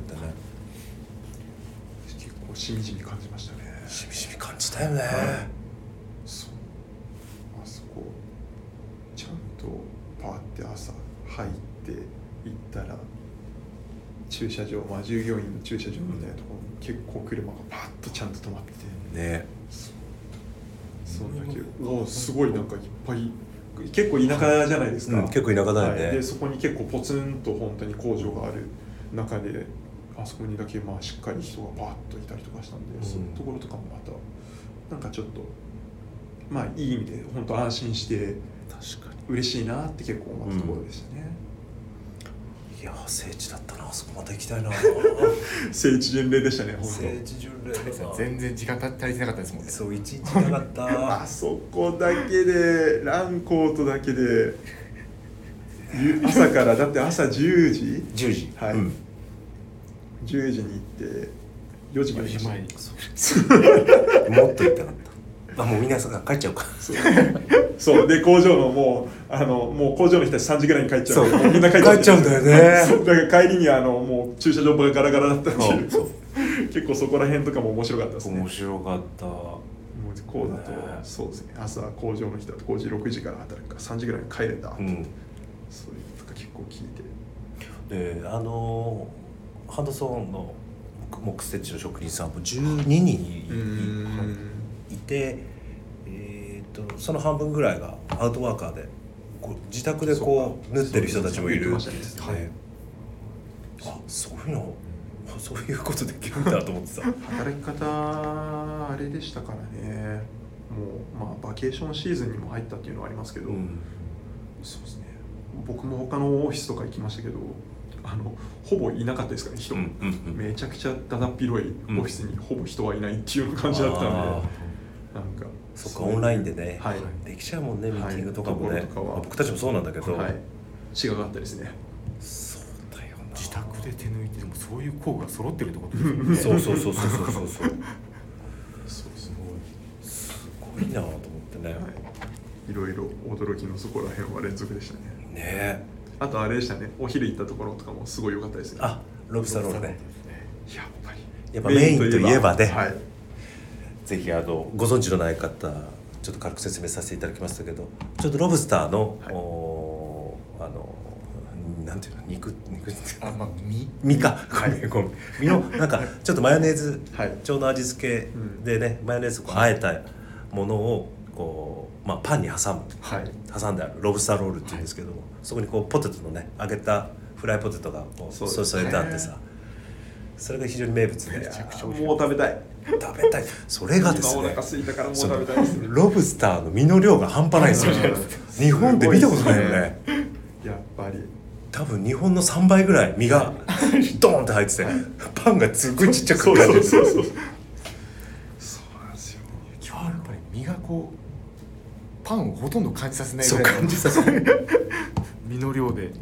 うん、結構しみじみ感じましたね。 しみじみ感じたよね、はい、 そうあそこちゃんとパーって朝入って行ったら駐車場、まあ、従業員の駐車場みたいなところに結構車がパッとちゃんと止まっててね、 その時おすごいなんかいっぱい結構田舎じゃないですか、 うん、結構田舎だよね、 はい、でそこに結構ポツンと本当に工場がある中であそこにだけまあしっかり人がパーッといたりとかしたんで、うん、そういうところとかもまたなんかちょっとまあいい意味で本当安心して確かに嬉しいなって結構思ったところでしたね、 うん、いや聖地だったなあそこまた行きたいな聖地巡礼でしたね本当聖地巡礼全然時間足りてなかったですもんね。 そう一日なかったあそこだけでランコートだけで朝からだって朝じゅうじじゅうじはい、うん、じゅうじに行ってよじまで前にもっと行ったかったあもうみんな帰っちゃうかそうそうで工場のもうあのもう工場の人たちさんじぐらいに帰っちゃうそうみんな帰っちゃう帰っちゃうんだよねそうだから帰りにあのもう駐車場がガラガラだったっていうそう結構そこら辺とかも面白かったですね。 面白かったもうこうだと、ね、そうですね朝工場の人だとごじろくじから働くからさんじぐらいに帰れた、うん、そういうのとか結構聞いてであのハンドソーンの木設置の職人さんもじゅうににんいて、えー、とその半分ぐらいがアウトワーカーでこう自宅でこう縫ってる人たちもいるんですね。あそういうのそういうことできるんだと思ってた働き方あれでしたからねもうまあバケーションシーズンにも入ったっていうのはありますけど、うん、そうですね僕も他のオフィスとか行きましたけどあのほぼいなかったですからね人、うんうんうん、めちゃくちゃだだっ広いオフィスにほぼ人はいないっていう感じだったんで、うん、なんかそっかオンラインでね、 はい、 できちゃうもんねミーティングとかもね、はい、僕たちもそうなんだけど、 はい、違かったですね。 そうだよな自宅で手抜いてでもそういう工具が揃ってるってことですよねそうそうそうそうそうそうそうすごいすごいなと思ってね、はい、 いろいろ驚きのそこら辺は連続でしたね。 ねえあとあれでしたねお昼行ったところとかもすごい良かったですね。 あロブスターロールねやっぱりやっぱメインといえばね、 はい、 ぜひあのご存知のない方ちょっと軽く説明させていただきましたけどちょっとロブスターの、はい、おあのなんていうの肉肉あまあ身身かごめんごめん身のなんかちょっとマヨネーズ調の味付けでね、うん、マヨネーズをこうあえたものをこう、まあ、パンに挟む、はい、挟んであるロブスターロールっていうんですけども、はい、そこにこうポテトのね揚げたフライポテトがこう添えてあってさそれが非常に名物で、 めちゃくちゃもう食べたい食べたい。それがですね、 今お腹空いたからもう食べたいですね。 ロブスターの身の量が半端ないですよ日本で見たことないよね。 やっぱり多分日本のさんばいぐらい身がドーンって入っててパンがすごいちっちゃく感じる。 そうそうそうそうそうなんですよ。 今日はやっぱり身がこうパンをほとんど感じさせないぐらいの感じさせない身の量で、ね、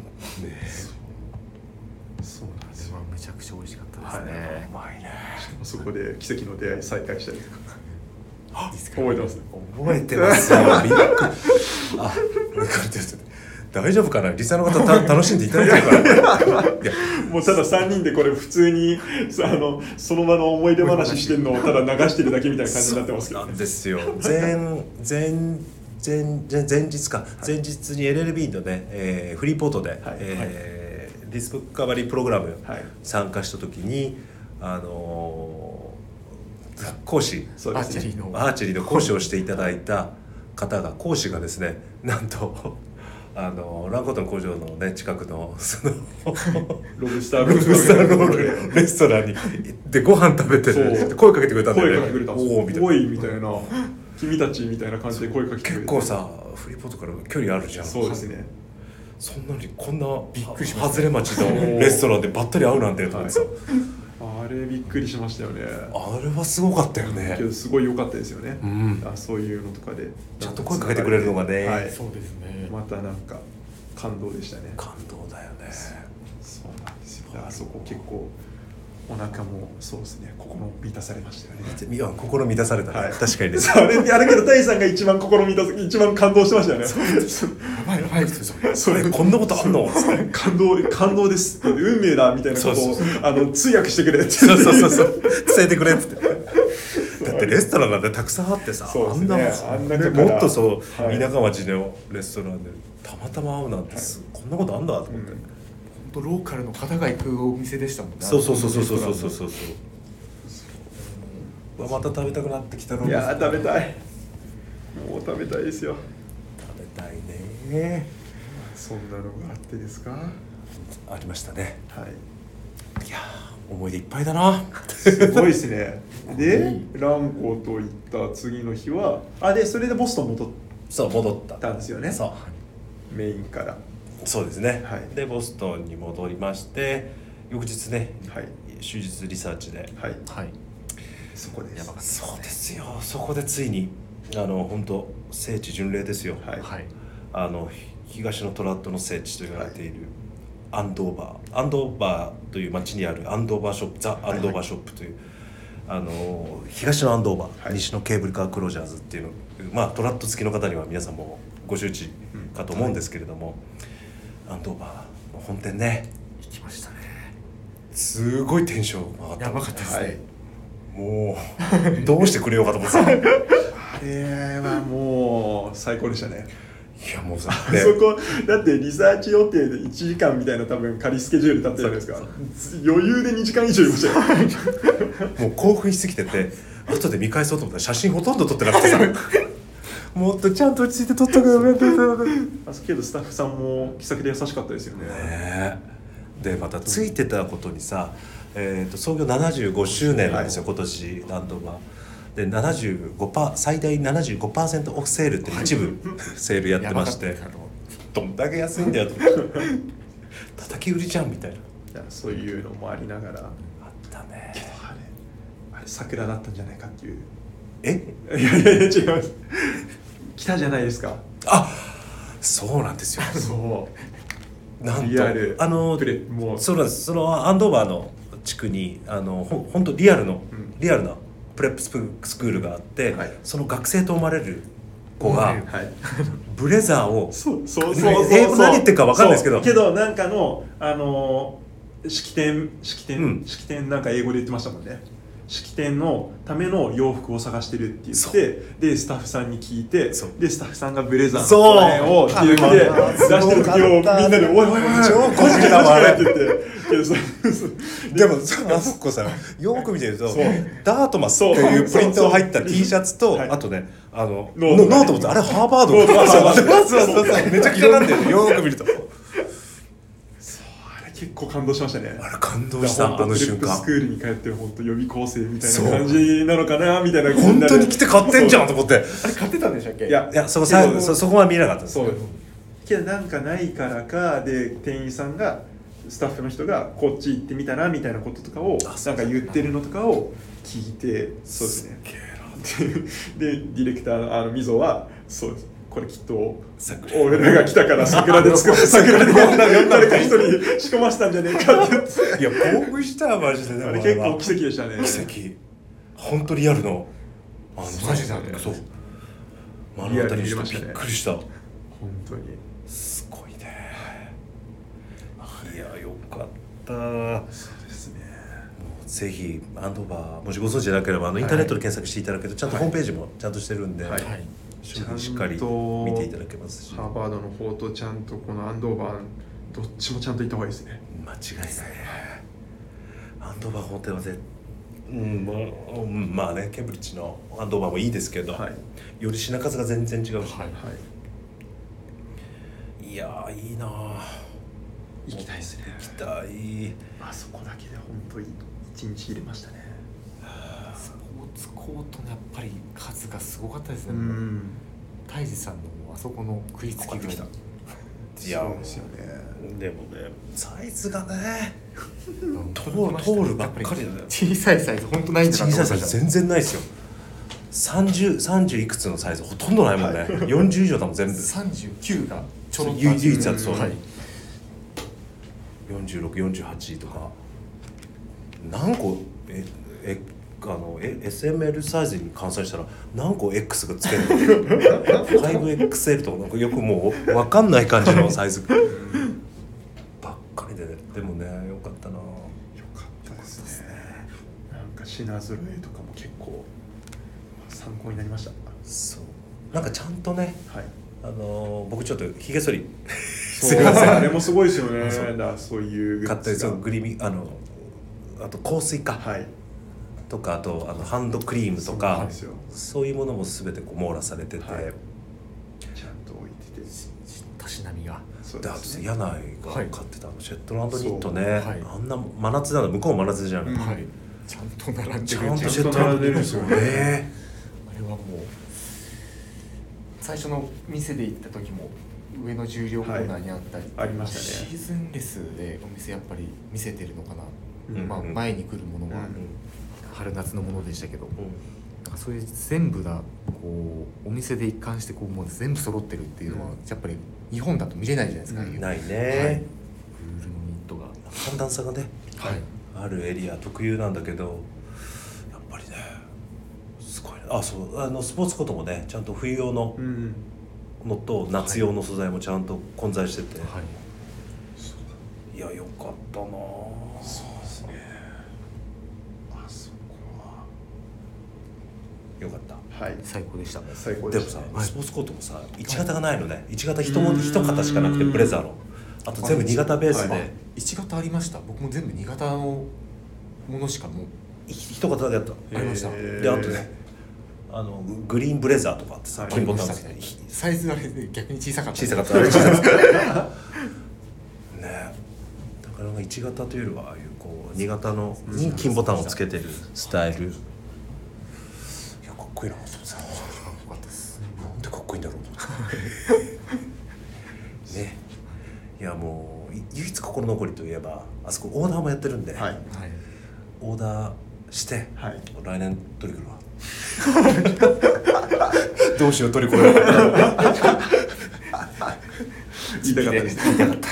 そうなんですよ。 めちゃくちゃ美味しかったですね、 はい、うまいね。 しかもそこで奇跡の出会い再会したりとかあ覚えてますね。 覚えてますよびっくりあ、大丈夫かな、リスナーの方た楽しんでいただいてるからいやもうたださんにんでこれ普通にあのその場の思い出話してるのをただ流してるだけみたいな感じになってますけど、ね、 そうなんですよ。前前前前前日か、はい、前日に エルエルビー のね、えー、フリーポートで、はいえーはい、ディスカバリープログラム参加した時に、あのー、講師、 そうですね、アーチェリーのアーチェリーの講師をしていただいた方が講師がですね、なんとあのランコートの工場の、ね、近くのそのロブスターロブスターロールレストランにでご飯食べて、ね、声かけてくれたんで、ね、 声かけてくれたんです。おーみたいな、おいみたいな君たちみたいな感じで声かけてくれて、 結構さフリーポートから距離あるじゃん。 そうですね。 そんなにこんなびっくりしました、ね、外れ町のレストランでばったり会うなんてと思ってさ、はい、 あれびっくりしましたよね。 あれはすごかったよね。 けどすごい良かったですよね、うん、あそういうのとかでちゃんと声かけてくれるのがね、 はい、 そうですね、 またなんか感動でしたね。 感動だよね。 そうなんですよ。あそこ結構お腹もそうですね、心満たされましたよね。 いや心満たされたね、はい、確かにねあれあれけどタイさんが一番心満たす一番感動してましたよね。 やばいやばいそれこんなことあんの感動感動ですって運命だみたいなことをそうそうそうあの通訳してくれってそうそうそうそう伝えてくれっつってだってレストランなんてたくさんあってさ、 そうですね、 あんなもっとそう、はい、田舎町のレストランでたまたま会うなんて、はい、こんなことあんだと思って、うん、 本当ローカルの方が行くお店でしたもんね。 そうそうそうそうそうそうそうそううわまた食べたくなってきたの。 いや食べたい、もう食べたいですよ。 食べたいね。 そんなのがあってですか。 ありましたね。 はい。 いや思い出いっぱいだな。 すごいですね。でランコと行った次の日はあでそれでボストン戻っそう戻ったたんですよね。 そうメインから。 そうですね、 はい、 でボストンに戻りまして翌日ね、 はい、 手術リサーチで、 はいはい、そこです。 やばかったですね。そうですよ。そこでついにあの本当聖地巡礼ですよ、 はいはい、 あの東のトラッドの聖地と言われている、はい、アンドーバーアンドーバーという町にあるアンドーバーショップザ・アンドーバーショップという、はいはい、あの東のアンドーバー、はい、西のケーブルカークロージャーズっていうの、まあトラッド好きの方には皆さんもご周知かと思うんですけれども、うんはいアンドーバーの本店ね行きましたね。 すごいテンション上がった。 やばかったですね、はい、 もうどうしてくれようかと思ってたあれはもう最高でしたね。 いやもうさ、 ね、そこだってリサーチ予定でいちじかんみたいな多分仮スケジュールだったじゃないですか。余裕でにじかん以上いましたよもう興奮しすぎてて後で見返そうと思ったら写真ほとんど撮ってなくてさもっとちゃんと落ち着いて撮ったからよかったあけどスタッフさんも気さくで優しかったですよね。 ねでまたついてたことにさ、えー、と創業ななじゅうごしゅうねんなんですよ、はい、今年ランドバーで ななじゅうごパーセント 最大 ななじゅうごパーセント オフセールって一部セールやってましてどんだけ安いんだよと叩き売りじゃんみたいな。いやそういうのもありながらあったね。 けどあれあれ桜だったんじゃないかっていう。 えいやいやいや違います。来たじゃないですか。 あそうなんですよ。 そうなんとリアルあのもうそうなんです。そのアンドーバーの地区にあのほ本当リアルの、うん、リアルなプレップスクールがあって、はい、その学生と思われる子が、はい、ブレザーをそうそうそうそう英語何言ってるか分かんないですけどけどなんかのあの式典式典、うん、式典なんか英語で言ってましたもんね。式典のための洋服を探してるって言ってでスタッフさんに聞いてでスタッフさんがブレザーのこれをって言って出してる時をみんなで「おいおいおい超個人だわあれ」 って言ってでもあそこさよく見てるとダートマスっていうプリントが入った T シャツとあとねあのノートもあれハーバードそうそうそうめちゃくちゃなんだよねよく見ると。 結構感動しましたね。 あれ感動した、あの瞬間。 スクールに通ってる本当予備校生みたいな感じなのかなみたいな。 本当に来て買ってんじゃんと思って。あれ買ってたんでしたっけ？ いやいや、そこ最後 そ, そこは見なかったんです。 そうけどなんかないからかで店員さんがスタッフの人がこっち行ってみたらみたいなこととかをなんか言ってるのとかを聞いて、そうですね。でディレクターのあの溝はそうです。これきっと俺らが来たから桜で作った桜で誰か一人仕込ませたんじゃねえかって。 いや興奮したマジで。 あれ結構奇跡でしたね。 奇跡。本当リアルのあのマジだね。 そう。目の当たりにしてびっくりした。 本当にすごいね。いやよかった。 そうですね。 もうぜひアンドーバーもしご存知なければあのインターネットで検索していただけるとちゃんとホームページもちゃんとしてるんで。はいはい、しっかり見ていただけますし、 ハーバードの方とちゃんとこのアンドーバーどっちもちゃんと行った方がいいですね。 間違いないね。アンドーバー法廷はぜ、うんまあ、うん、まあねケンブリッジのアンドーバーもいいですけど、はい、より品数が全然違うし、はいはい、いやいいな行きたいですね。 行きたい。 あそこだけで本当に一日入れましたね。 スポーツコートのやっぱり数がすごかったですね。泰治さんのあそこの食いつきが。 いやそうですよね。 でもねサイズがね通る通るばっかりだよ。 小さいサイズ本当ないんだな。 小さいサイズ全然ないですよ。さんじゅう、さんじゅういくつのサイズほとんどないもんね。はい、よんじゅう以上だもん全部。 さんじゅうきゅうがちょうど唯一だとそう。はい、よんじゅうろく、よんじゅうはちとか何個ええあの エスエムエル サイズに換算したら何個 X がつけるのファイブエックスエル とかなんかよくもう分かんない感じのサイズばっかりで、ね、でもねよかったな。よかったですね。なんか品揃えとかも結構参考になりました。 そうなんかちゃんとね、はい、あの僕ちょっとひげ剃りすみませんあれもすごいですよね。そうだそういう買ったりそうグリミあのあと香水か、はい、とかあとあのハンドクリームとか そ, そういうものも全てこう網羅されてて、はい、 ちゃんと置いててたしなみがであと柳井が買ってたあのシェットランドニットね、はい、あんな真夏なの向こう真夏じゃない、うんはい、 ちゃんと並んでるちゃんとシェットランドニットですよね。あれはもう最初の店で行った時も上の重量コーナーにあったり、 はい、ありましたね。 シーズンレスでお店やっぱり見せてるのかな、うんまあ、前に来るものは、うん、春夏のものでしたけど、うん、なんかそういう全部がこうお店で一貫してこうもう全部揃ってるっていうのは、うん、やっぱり日本だと見れないじゃないですか、うん、 ないね、はい、ウールのニットが寒暖差がね、はい、あるエリア特有なんだけどやっぱりねすごいね。あそうあのスポーツコートもねちゃんと冬用の、うんのと夏用の素材もちゃんと混在してて、はい、いやよかったな。 そうですね。あそこはよかった。 はい最高でした。 最高でした。 でもさ、はい、スポーツコートもさいち型がないのね。いち型一も一型しかなくてブレザーのあと全部に型ベースで、はい、 いち型ありました。僕も全部に型のものしかもう一型でやったありました。 であとねあのグリーンブレザーとかってさ、 金ボタンですね。サイズあれで逆に小さかった。 小さかった。ね。だからいち型というよりはああいうこうに型のに金ボタンをつけてるスタイル。いやかっこいいな。そうですね。かっこよかったです。なんでかっこいいんだろう。ね。いやもう唯一心残りといえばあそこオーダーもやってるんで、はい、オーダーして、はい、来年取り来るわ。どうしよう取り込めなかった。 言いたかったです。 言いたかった。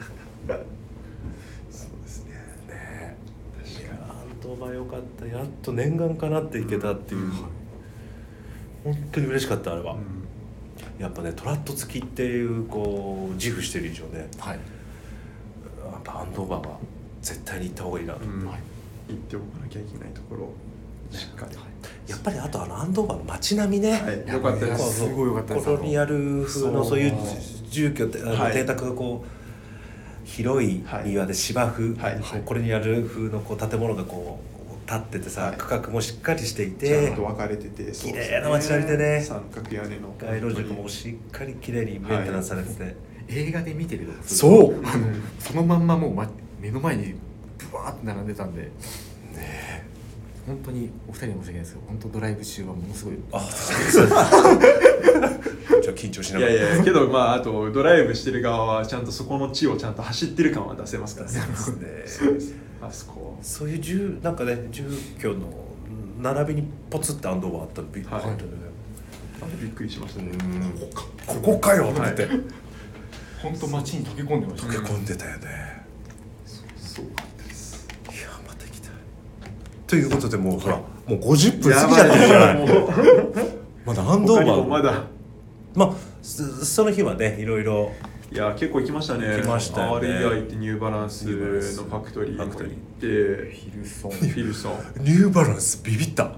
そうですね。 ねえ。いやアンドーバーよかった。やっと念願かなっていけたっていう。うん、本当に嬉しかったあれは。うん、やっぱねトラット付きっていうこう自負してる以上ね。はい。やっぱアンドーバーは絶対に行った方がいいなと。うん、 はい。行っておかなきゃいけないところ。しっかり。 やっぱりあとあのアンドーバーの街並みね、 はい、よかったです。 すごいよかったです。 コロニアル風のそういう住居ってあの邸宅がこう広い庭で芝生、はいはい、コロニアル風のこう建物がこう立っててさ、はい、区画もしっかりしていてちゃんと分かれてて綺麗な街並みでね、 三角屋根の街路樹もしっかり綺麗にメンテナンスされてて、はい、 映画で見てるよ。 そうあのそのまんまもう、ま、 目の前にブワーって並んでたんでね、本当にお二人に申し訳ないですけど、本当ドライブ中はものすごいあじゃあ緊張しながらいやいやけどまああとドライブしてる側はちゃんとそこの地をちゃんと走ってる感は出せますからね。 そうですねそうですあそこそういう住なんかね住居の並びにポツってアンドーバーあったのびっくり、 はい本当にねあびっくりしましたね。 ここかよと思って本当街に溶け込んでました溶け込んでたよね。 そうかったです。 いやまた行きたいということでもうほらもうごじゅっぷん過ぎちゃってるじゃないもうまだアンドー他にバーもまだまあそその日はねいろいろいや結構行きましたね。 行きましたよねアールイーアイ ってニューバランスのファクトリーも行ってフィルソンフィルソンニューバランスビビった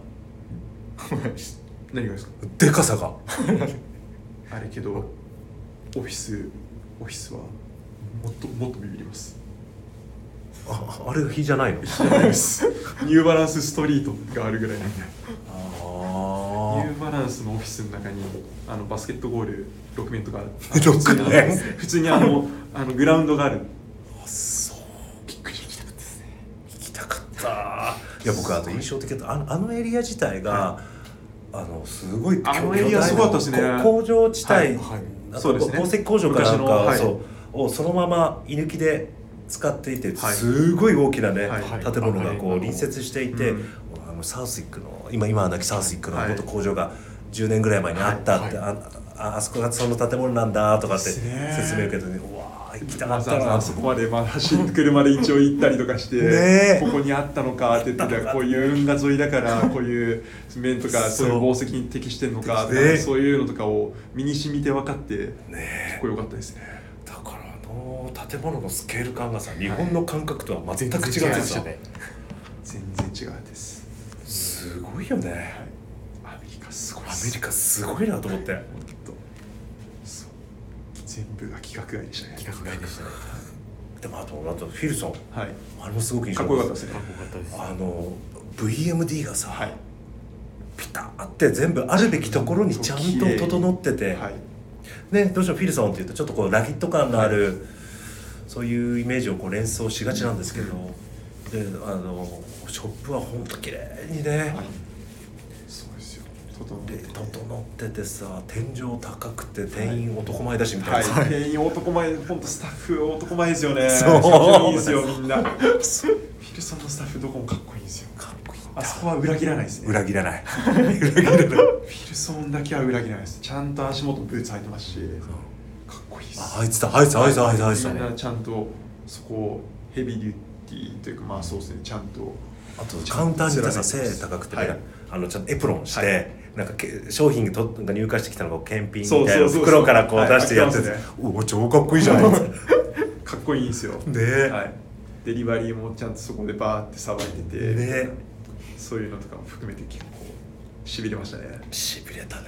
何がですか。 でかさがあれけどオフィスオフィスはもっともっとビビります。 ああれが日じゃないのニューバランスストリートがあるぐらいなんで、 あニューバランスのオフィスの中にあのバスケットゴールろく面とかあのろく面普通にあのあのグラウンドがある。 あそうびっくりしましたですね。 行きたかったいや僕あと印象的だったあのあのエリア自体が、 はあのすごいあのエリアすごかったですねこ工場地帯、 はいはいなんかそうですね宝石工場かなんか、 昔のはいそうをそのまま居抜きで使っていて、 はいすごい大きなね、 はい建物がこうはい隣接していて、 うんあのサウスイックの今今はなきサウスイックのはい元工場がじゅうねんぐらい前にあったって、 はいあ, ああそこがその建物なんだとかってですね説明受けてねうわー行きたかわざわざったなあそこまでまあ走って車で一応行ったりとかして、 ねえここにあったのかって言ってたらこういう運河沿いだからこういう面とかそういう紡績に適してんのかとか、 ねそういうのとかを身に染みて分かって結ね構良かったですね。 だからあの建物のスケール感がさ日本の感覚とは全く違ってさ、 ね全然違うです。 すごいよね、 はい、アメリカすごいアです。 メリカすごいなと思って本当そう全部が規格外でしたね。 規格外でしたね。 でもあとあとフィルソンはいあれもすごく印象かっこよかったですね。 かっこよかったです。 あの ブイエムディー がさ、 はいピタッて全部あるべきところにちゃんと整ってて、 はいね、どうしてもフィルソンっていうとちょっとこうラギット感のある、はい、そういうイメージをこう連想しがちなんですけど、であのショップは本当綺麗にね、 はい、そうですよ整ってて整っててさ天井高くて店員男前だしみたいな、 はい、店員男前本当スタッフ男前ですよね。 そういいですよみんな。フィルソンのスタッフどこもかっこいいんですよ。 かっこいいあそこは裏切らないですね。 裏切らない裏切らないフィルソンだけは裏切らないです。ちゃんと足元ブーツ履いてますし、かっこいいです。 ああいつだあいつあいつあいつあいつだみんなちゃんとそこをヘビーデューティーというかまあそうですねちゃんと。 あとカウンターにいてさ背高くてね、はい、あのちゃんとエプロンして、はい、なんかけ商品とが入荷してきたのが検品みたいな袋からこう出してやってて、はい、おお超かっこいいじゃんかっこいいんですよね、 はい、デリバリーもちゃんとそこでバーってさばいてて、 ね、 そういうのとかも含めて結構しびれましたね。 しびれたね。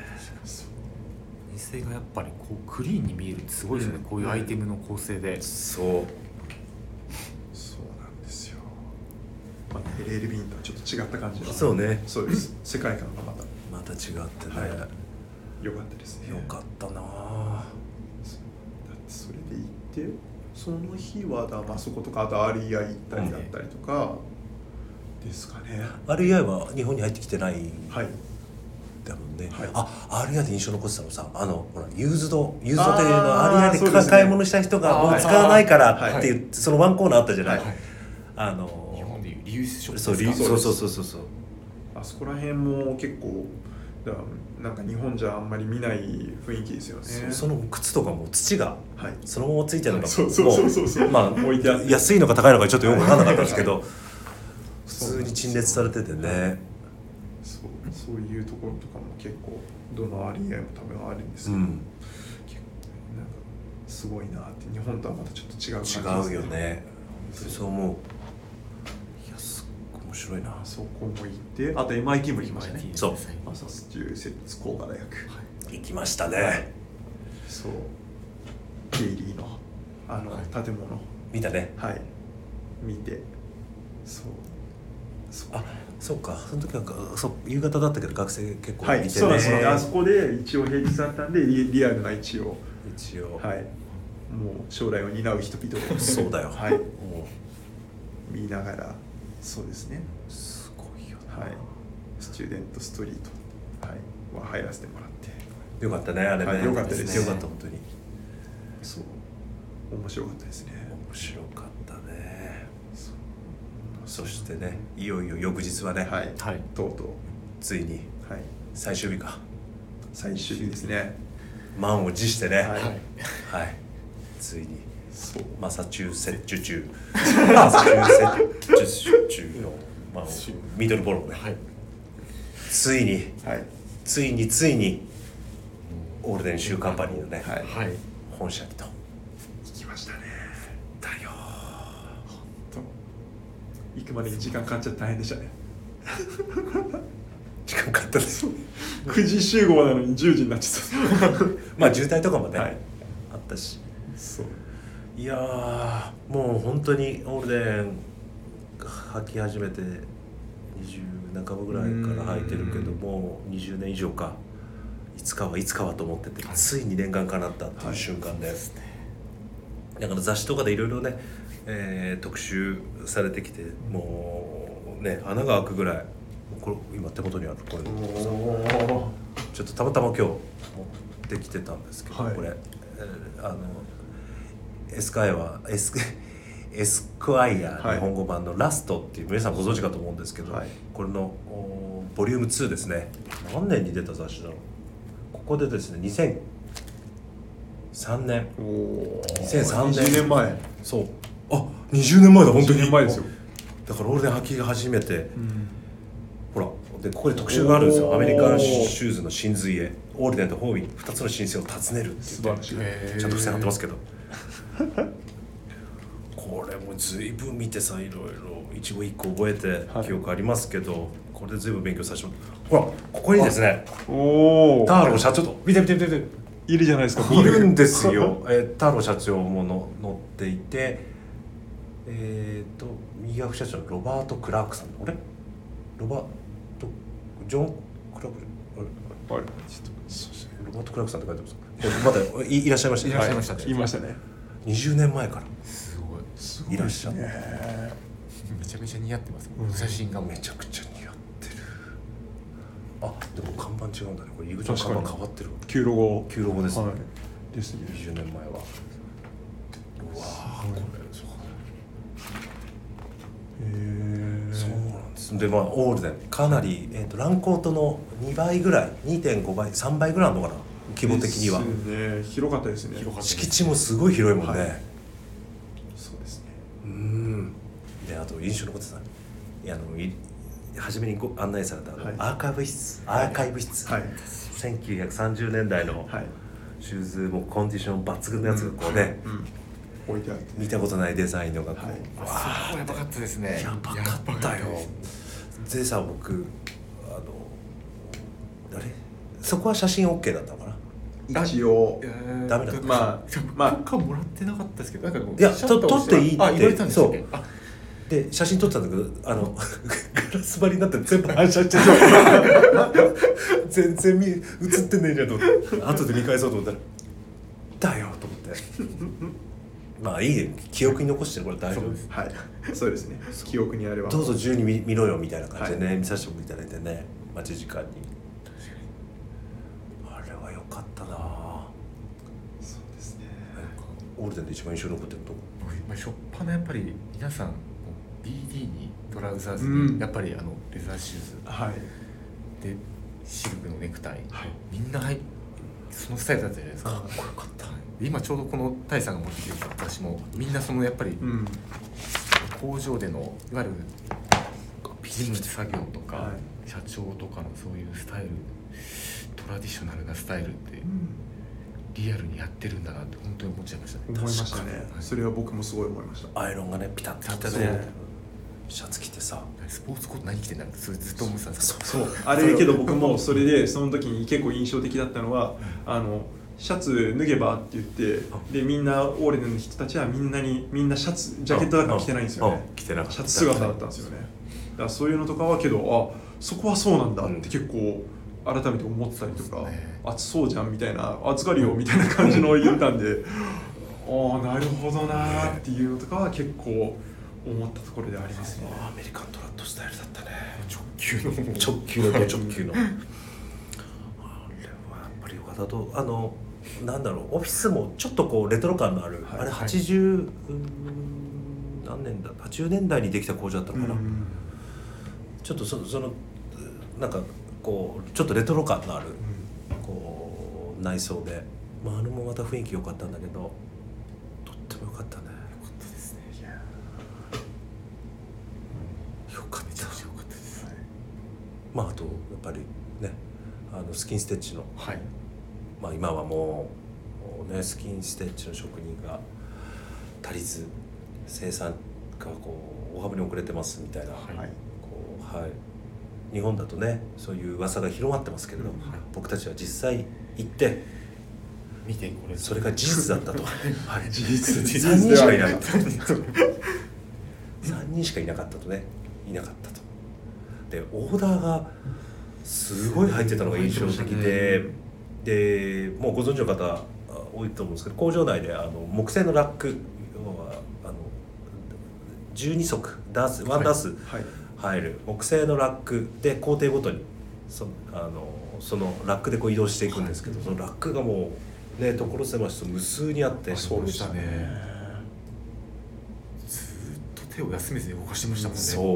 店がやっぱりこうクリーンに見えるってすごいですよね、うん、こういうアイテムの構成で。 そうそうなんですよ。まあ、エルエルビー とはちょっと違った感じのそうねそうです世界観がまたまた違ってね、 はい、よかったですね。 よかったな。だってそれで行ってその日はだ、まあ、そことかあと アールイーアイ 行ったりだったりとかですかね。 アールイーアイ は日本に入ってきてない、 はいだもんね、 はい、 あ アールイーアイ で印象残ってたのさあのほらユーズドユーズドっていうのは アールイーアイ で、ね、買い物した人がもう使わないからっていう、そのワンコーナーあったじゃない、はい、あの日本でいうリユースショップそうそうそうそうそうそうあそこら辺も結構だなんか日本じゃあんまり見ない雰囲気ですよね。 そ, その靴とかも土がそのままついてるのが、 はい、そうそうそうそうそうまあ置いてあって安いのか高いのかちょっとよく分からなかったんですけど、はい、普通に陳列されててね、 そうそういうところとかも結構どの アールイーアイ も多分あるんですけど、うん、結構なんかすごいなって日本とはまたちょっと違う感じですね。 違うよね。そう思う。いやすっごい面白いな。 そこも行ってあと エムアイティー も行きましたね。 そうマサチューセッツ工科大学、はい、 行きましたね、はい、 そうゲイリーのあの建物、はい、 見たね。 はい見てそうそうあそうかその時はそう夕方だったけど学生結構見てね、 はい、そうなんですよ。あそこで一応平日だったんで リ, リアルな一応一応はいもう将来を担う人々でそうだよ、 はい、 もう見ながら、そうですね、 すごいよはい、スチューデントストリート、はい、は入らせてもらって、 よかったねあれね、 はい、よかったですね、 よかった本当に、 そう面白かったですね、 面白かったね。そしてね、いよいよ翌日はね、 はい、 はい、 とうとうついにはい最終日か、 最終日ですね、 満を持してね、 はいはい、ついにそうマサチューセッツ州マサチューセッツ州の、まあ、ミドルボローね、はい、ついに、 はい、 ついについにオールデンシューカンパニーのね、 はい、 本社にと行きましたね。 だよと行くまでに時間かかっちゃって大変でしたね。 時間かかったですくじ集合なのにじゅうじになっちゃったまあ渋滞とかもね、 はい、 あったし、 そういやーもう本当にオールデン履き始めてにじゅう半ばぐらいから履いてるけどもうにじゅうねん以上か、いつかはいつかはと思ってて、はい、ついに念願かなったっていう瞬間で、はい、だから雑誌とかでいろいろね、えー、特集されてきてもうね穴が開くぐらい、これ今手元にあるこれちょっとたまたま今日持ってきてたんですけど、はい、これ、えー、あのエスカイアエスエスクワイア日本語版のラストっていう皆さんご存知かと思うんですけど、はい、これのボリュームツーですね。何年に出た雑誌だろう。ここでですねにせんさんねんおにせんさんねんにじゅうねんまえ、 そうあにじゅうねんまえだ、本当ににじゅうねんまえですよ。 だからオールデン履き始めて、うん、ほらでここで特集があるんですよ。アメリカンシューズの真髄へオールデンとホーミーふたつの新星を訪ねるって素晴らしい、 ちゃんと付箋貼ってますけどこれも随分見てさ、いろいろ一語一個覚えて記憶ありますけど、はい、これで随分勉強させてもらって、ほらここにですねおターロー社長と見て見て見て見ているじゃないですか。 いるんですよ、えー、ターロー社長もの乗っていて、えーと右側副社長のロバート・クラークさん、あれロバートジョン・クラークあれちょっとロバート・クラークさんって書いてますまだ い, いらっしゃいましたいらっしゃいましたね、 いましたね。 にじゅうねんまえからすごいすごいいらっしゃって、 めちゃめちゃ似合ってますもん、うん、写真がめちゃくちゃ似合ってる。あでも看板違うんだね、これ入り口の看板変わってる、 旧ロゴ旧ロゴですね、 はい、ですね。 にじゅうねんまえはうわーこれそうへえそうなんですで、まあオールデンかなり、えー、とランコートのにばいぐらい にてんご 倍さんばいぐらいあるのかな、規模的にはですね。広かったですね。 広かったです。敷地もすごい広いもんね、はい、 そうですね。 うんであと印象残ってたいやあのい初めにご案内されたあの、はい、アーカイブ室アーカイブ室、はい、せんきゅうひゃくさんじゅうねんだいのシューズもコンディション抜群のやつがこうね、 うんうん置いてあって、 見たことないデザインのがこう、はい、 わあやばかったですね。 やばかったよ。でさ僕あのあれそこは写真 OK だったのかな。 一応ダメだった。 まあまあ許可もらってなかったですけど、なんかいやと撮っていいってあ言われたんですよ。 で写真撮ってたんだけどあのガラス張りになって全部反射してる全然見映ってねえじゃんと思って後で見返そうと思ったらだよと思ってまあいい記憶に残してるこれ大丈夫です。 はいそうですね記憶にあればどうぞ自由に 見, 見ろよみたいな感じでね、はい、見させてもいただいてね待ち時間にあれは良かったな。 そうですね。 オールデンで一番印象に残ってると僕しょっぱなやっぱり皆さんビーディー にトラウザーズに、うん、やっぱりあのレザーシューズ、 はい、 でシルクのネクタイ、 はい、 みんなはいそのスタイルだったじゃないですか。 かっこよかった。 今ちょうどこのタイさんが持ってきてた私もみんなそのやっぱり、うん、工場でのいわゆる事務作業とか、はい、社長とかのそういうスタイルトラディショナルなスタイルって、うん、リアルにやってるんだなって本当に思っちゃいましたね。 思いましたね、はい、それは僕もすごい思いました。 アイロンがねピタッときてねシャツ着てさスポーツコート何着てんだってそれずっと思ってたんですけどそうあれけど僕もそれでその時に結構印象的だったのは、うん、あのシャツ脱げばって言ってでみんなオーレデンの人たちはみんなにみんなシャツジャケットだから着てないんですよね。 着てなかったシャツ姿だったんですよね。だからそういうのとかはけどあそこはそうなんだって結構改めて思ってたりとか、うんね、暑そうじゃんみたいな暑がりよみたいな感じの言ったんでああなるほどなーっていうのとかは結構思ったところではありますね。 アメリカントラットスタイルだったね。 直球の直球のド直球のあれはやっぱり岡田とあのなんだろうオフィスもちょっとこうレトロ感のある、はい、あれはちじゅう何年だはちじゅうねんだいにできた工場だったのかな、うん、ちょっとそのそのなんかこうちょっとレトロ感のある、うん、こう内装で、まあ、あれもまた雰囲気良かったんだけどとっても良かったね。 良かったですね。いや良かった。 めちゃくちゃ良かったです、はい、 まああとやっぱりねあのスキンステッチの、 はい、 まあ今はもうねスキンステッチの職人が足りず生産がこう大幅に遅れてますみたいな、はいこうはい、日本だとねそういう噂が広まってますけれど、うんはい、僕たちは実際行って見てこれそれが事実だったと、はい、 事実事実さんにんしかいなかったさんにんしかいなかったとねいなかったとでオーダーがすごい入ってたのが印象的で、でもうご存知の方多いと思うんですけど工場内であの木製のラックあのじゅうにそくダースワンダース入る木製のラックで工程ごとにそのあのそのラックでこう移動していくんですけど、はい、そのラックがもうね所狭しと無数にあって。 そうでしたね。ずっと手を休めずに動かしてましたもんね。 そう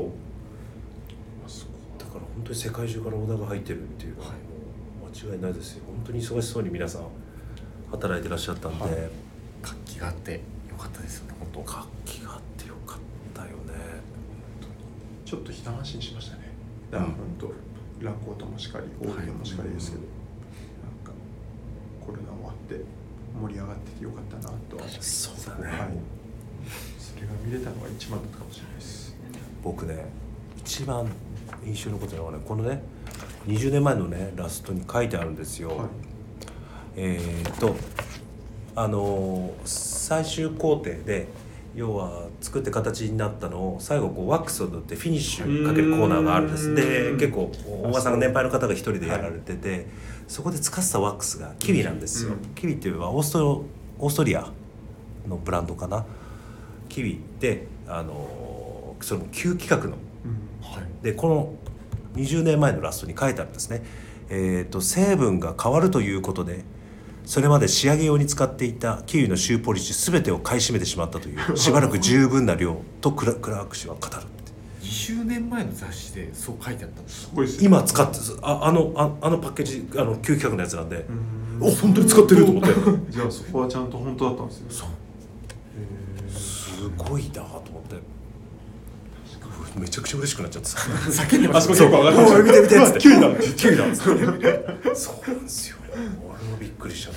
だから本当に世界中からオーダーが入ってるっていうのはもう間違いないですよ。本当に忙しそうに皆さん働いてらっしゃったんで、はい、 活気があってよかったですよね。本当活気があってよかったよね。 ちょっと一安心しましたね。だから本当、うん、ランコートもしかりオーディオもしかりですけど、はい、なんかコロナ終わって盛り上がっててよかったなとは。 そうだね、 はい、それが見れたのが一番だったかもしれないです。 僕ね一番印象のことなのはねこのねにじゅうねんまえのねラストに書いてあるんですよ、はい、えー、っとあの最終工程で要は作って形になったのを最後こうワックスを塗ってフィニッシュかけるコーナーがあるんです。で結構大場さんが年配の方が一人でやられてて、はい、そこで使ってたワックスがキウイなんですよ、うん、キウイっていうのはオーストオーストリアのブランドかな。キウイであのその旧規格の、うんはい、でこのにじゅうねんまえのラストに書いてあるんですね。えーと成分が変わるということでそれまで仕上げ用に使っていたキウイのシューポリッシュ全てを買い占めてしまったというしばらく十分な量とクラ、クラーク氏は語るって。 にじゅうねんまえの雑誌でそう書いてあったんです。 すごいですね。 今使ってああのああのパッケージあの旧規格のやつなんで、うんお本当に使ってると思って。 じゃあそこはちゃんと本当だったんですよ。 そうすごいなと思って。めちゃくちゃ嬉しくなっちゃってさ叫んでました。 あそこ上がってました。 見て見てっつって。 キウイだキウイだ。そうなんですよ。俺もびっくりしちゃって。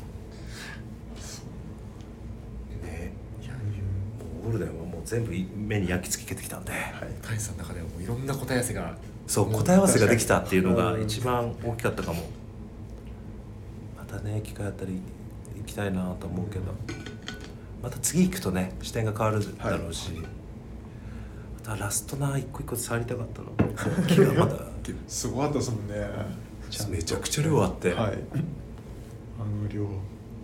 ね、いやもうオールデンはもう全部目に焼き付けてきたんで。 大地さんの中ではもういろんな答え合わせが。 そう答え合わせができたっていうのが一番大きかったかも。またね機会あったり行きたいなと思うけど、また次行くとね視点が変わるだろうし。はいラストな一個一個触りたかったの。木がまだすごかったですもんね。 めちゃくちゃ量あって。はい。あの量。 い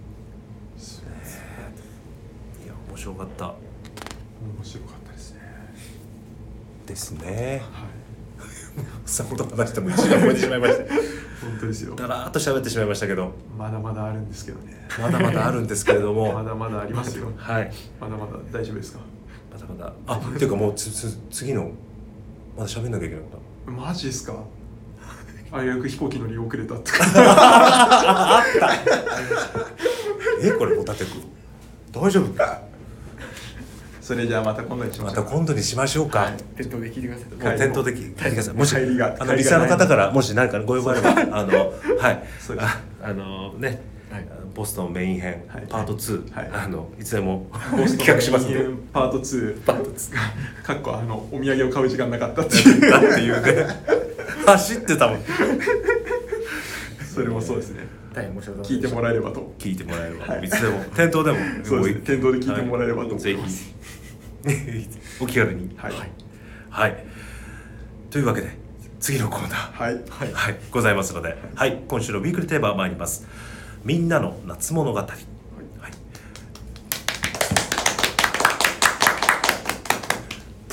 や面白かった。 面白かったですね。 ですね。 はい。 さほど話しても一時間超えてしまいました。 本当ですよ。 だらーっと喋ってしまいましたけど。 まだまだあるんですけどね。 まだまだあるんですけれども。 まだまだありますよ。 はい。 まだまだ大丈夫ですか。 まだまだあっていうかもうつつ次のまだ喋んなきゃいけないこと。 マジですか。あやく飛行機乗り遅れたってあったえこれホタテくん大丈夫か。 それじゃあまた今度にしましょう。 また今度にしましょうか。はい、 店頭で聞いてください。 もう店頭で聞いてください。もし帰りがあのリスナーの方からもし何かご要望あればあのはいああのね、はい、ボストンメイン編、はい、パートツー、はい、あのいつでも企画しますのでパートツーパートツーかっこあのお土産を買う時間なかったっていうだっていうね走ってたもん。 それもそうですね。 大変面白い。 聞いてもらえればと。 聞いてもらえれば、はい、いつでも店頭でもそうですね。店頭で聞いてもらえればと、 はい、ぜひお気軽に。 はい、 はい、というわけで次のコーナー、 はいはいはい、ございますので、はい、今週のウィークリーテーマ参ります。みんなの夏物語。はいはい、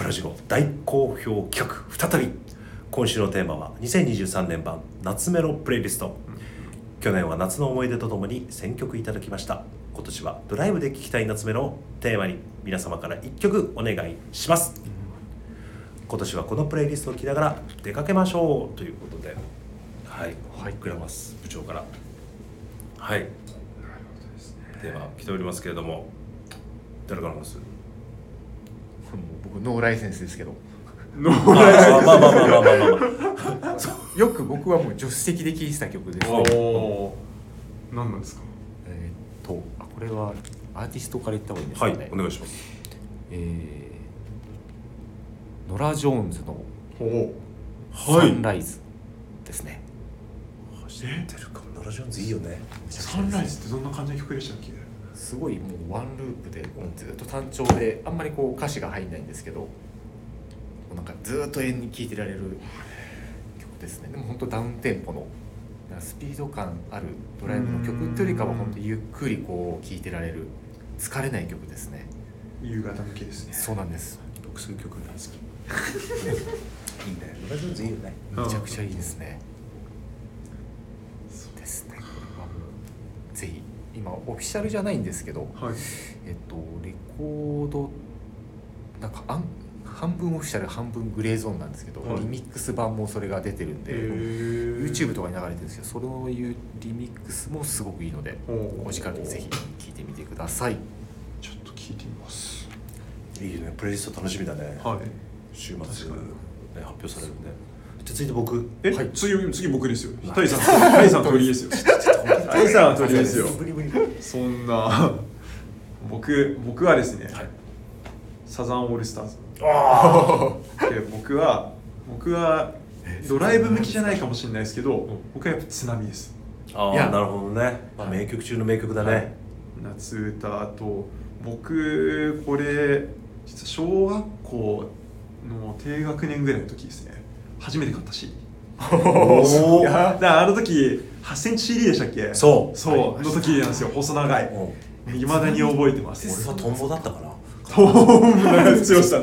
ラジオ大好評企画再び。今週のテーマはにせんにじゅうさんねん版夏メロプレイリスト。去年は夏の思い出とともに選曲いただきました。今年はドライブで聴きたい夏メロをテーマに皆様からいっきょくお願いします。今年はこのプレイリストを聴きながら出かけましょうということで、はい、はい、クラマス部長からはい、なるほどですね、では来ておりますけれども、誰から話す？ 僕ノーライセンスですけどノーライセンスまあまあまあまあまあまあ、まあ、 よく僕はもう助手席で聴いてた曲です。 おお、何なんですか？ えー、っとあこれはアーティストから言った方がいいんですかね。 はい、お願いします。 えー、ノラ・ジョーンズのサンライズですね。 知ってるかも。ノラ・ジョーンズいいよね。 サンライズってどんな感じの曲でしたっけ？ すごいもうワンループでずっと単調であんまりこう歌詞が入んないんですけど、なんかずっと永遠に聴いてられる曲ですね。でも本当ダウンテンポのスピード感あるドライブの曲というよりかは本当ゆっくりこう聴いてられる疲れない曲ですね。 夕方向けですね。 そうなんです。 僕そういう曲大好き。いいね。ノラ・ジョーンズいいよね。 めちゃくちゃいいですね。そうですね。これはもうぜひ今オフィシャルじゃないんですけど、 はい、 えっとレコードなんかあん半分オフィシャル半分グレーゾーンなんですけど、はい、リミックス版もそれが出てるんで YouTube とかに流れてるんですけど、そういうリミックスもすごくいいのでお時間にぜひ聴いてみてください。 ちょっと聴いてみます。 いいね。プレイリスト楽しみだね。 はい、 週末、ね、発表されるんで。続いて僕。 え、はい、次次僕ですよ。タイさんタイさん鳥ですよ。タイさんは鳥ですよ。そんな僕僕はですね、はい、サザンオールスターズ。あで僕は僕はドライブ向きじゃないかもしれないですけど、僕はやっぱ津波です。 ああ、なるほどね。まあ、名曲中の名曲だね。はい、 夏歌と僕これ実は小学校の低学年ぐらいの時ですね、初めて買った シーディー。おお。だからあの時はちセンチ シーディー でしたっけ？ そうそうの時なんですよ。細長い。未だに覚えてます。 俺はトンボだったかな。 トンボの強さの。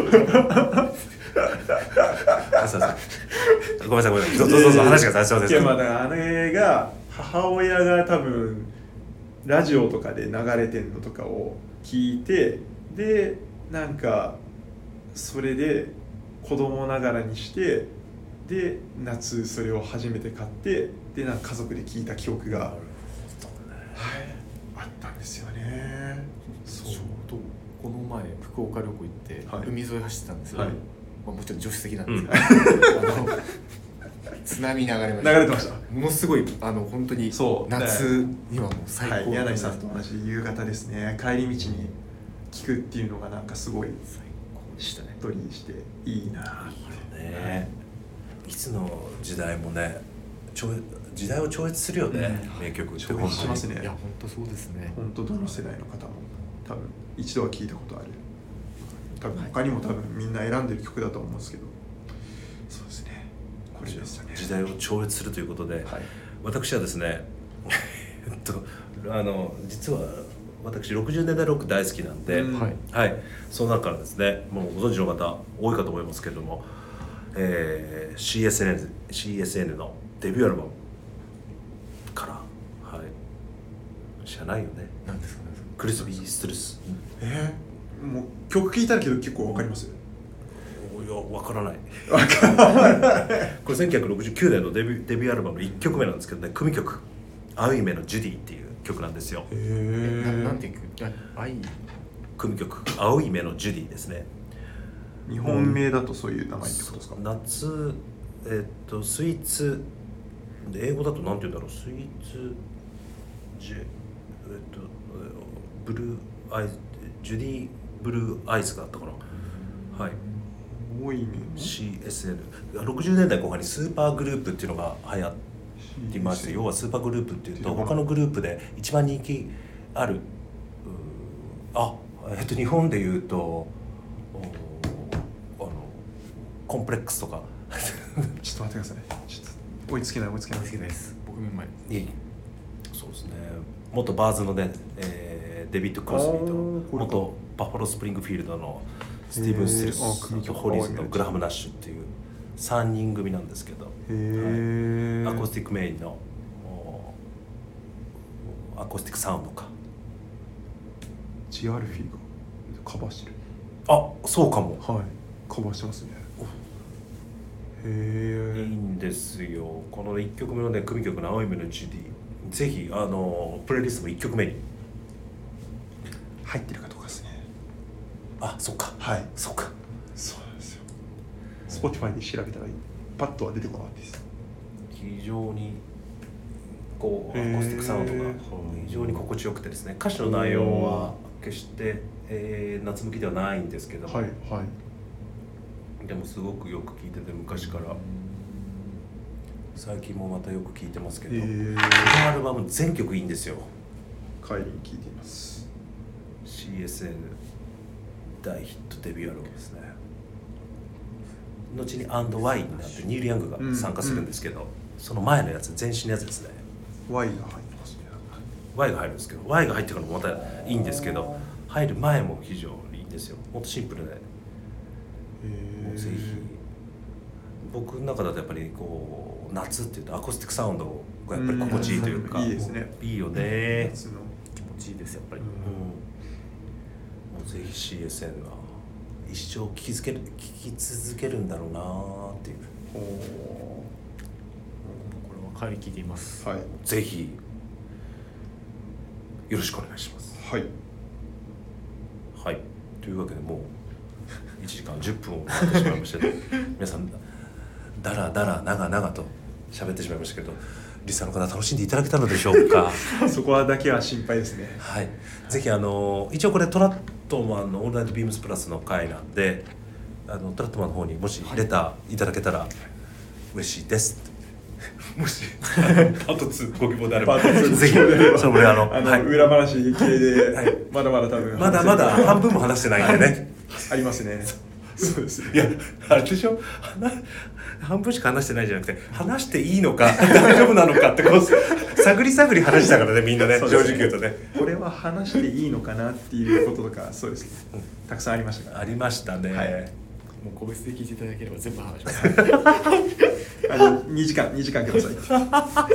ごめんなさいごめんなさい。どうぞどうぞ話が最初です。 いやまあだからあれが母親が多分ラジオとかで流れてんのとかを聞いて、でなんかそれで子供ながらにしてで夏それを初めて買ってでなんか家族で聞いた記憶が、はい、あったんですよね。 そうちょうどこの前福岡旅行行って、はい、海沿い走ってたんですよ、はい、まあ、もちろん助手席なんですけど、うん、あの津波流れました。 流れてました。 ものすごいあの本当に夏にはもう最高、 はい、柳井さんと同じ夕方ですね。帰り道に聞くっていうのがなんかすごい最高でしたね。 しっとりしていいな。 いいよね。いつの時代もね、時代を超越するよね、うん、名曲って超越しますね。 いや本当そうですね。 本当どの世代の方も多分一度は聞いたことある。多分他にも多分みんな選んでる曲だと思うんですけど、そうですね。これですよね。 時代を超越するということで、はい、私はですねえっとあの実は私ろくじゅうねんだいロック大好きなんで、うん、はい、はい、その中からですね、もうご存知の方多いかと思いますけれども、えー、シーエスエヌ シーエスエヌ のデビューアルバムから、はい、知らないよね。 何ですかね。 クリスビー・ストゥルス。 えー、もう曲聴いたけど結構わかります？ いや、わからない。わからない。これせんきゅうひゃくろくじゅうきゅうねんのデビュー、デビューアルバムのいっきょくめなんですけどね、組曲「青い目のジュディ」っていう曲なんですよ。 へえ。 なんていう曲？愛組曲「青い目のジュディ」ですね。 日本名だとそういう名前ってことですか？ 夏、えー、っとスイーツ、英語だとなんて言うんだろう、スイーツジェ、えー、っとブルーアイズ、ジュディブルーアイズがあったかな。はい。 多いね。 シーエスエヌ。ろくじゅうねんだいこう半にスーパーグループっていうのが流行ってまして、要はスーパーグループっていうと他のグループで一番人気ある、あ、えっと日本でいうとあのコンプレックスとかちょっと待ってください。ちょっと追いつけない追いつけない追いつけないです。僕も前にそうですね。元バーズのね、えー、デビッド・クロスビーと元バファロースプリングフィールドのスティーブン・スティルスあ組とホリーズのグラハム・ナッシュっていうさんにん組なんですけど、 へ、 はい、アコースティックメインのアコースティックサウンドか。 ジアルフィーがカバーしてる。 あ、そうかも。 はい、カバーしてますね。へえ。 いいんですよ。このいっきょくめのね組曲の青いメロディー、ぜひあのプレイリストもいっきょくめに入ってるかどうかですね。 あ、そっか。 はい。 そっか。 そうなんですよ。Spotify で調べたらパッとは出てこなかったです。 非常にこうアコースティックサウンドが非常に心地よくてですね。歌詞の内容は決して、えー、夏向きではないんですけども、 はいはい。 でもすごくよく聴いてて、昔から最近もまたよく聴いてますけど、このアルバム全曲いいんですよ。 帰りに聴いています。 シーエスエヌ 大ヒットデビューアルバムですね。後に アンドワイ になってニール・ヤングが参加するんですけど、うんうん、その前のやつ、前身のやつですね。 Y が入ってますね。 Y が入るんですけど、 Y が入ってからもまたいいんですけど、入る前も非常にいいんですよ。もっとシンプルで、もうぜひ僕の中だとやっぱりこう夏っていうとアコースティックサウンドがやっぱり心地いいというか、 いいですね。 いいよね。 夏の気持ちいいですやっぱり。うん、 もうぜひ シーエスエヌ は一生聴き続ける聴き続けるんだろうなっていう。 おお。これは帰り聞いています。 はい。 ぜひよろしくお願いします。 はい。 はい。というわけでもういちじかんじゅっぷんを経ってしまいましたけど皆さんだらだら長々と喋ってしまいましたけど、リスナーの方楽しんでいただけたのでしょうか。 そこはだけは心配ですね。 はい。ぜひあの一応これトラットマンのオールナイトビームスプラスの回なんで、あのトラットマンの方にもしレターいただけたら嬉しいです。もしパートツーご希望であればぜひそれあのあの、 はい、 裏話系で、はい、まだまだ多分まだまだ半分も話してないんでね。 ありますね。そうです。 いやあれでしょ。半分しか話してないじゃなくて、話していいのか大丈夫なのかってこう探り探り話したからね、みんなね、正直言うとね。 これは話していいのかなっていうこととか、そうですね。うん、たくさんありましたから。 ありましたね。はい、 もう個別で聞いていただければ全部話します。 あのにじかんにじかんください。 はい。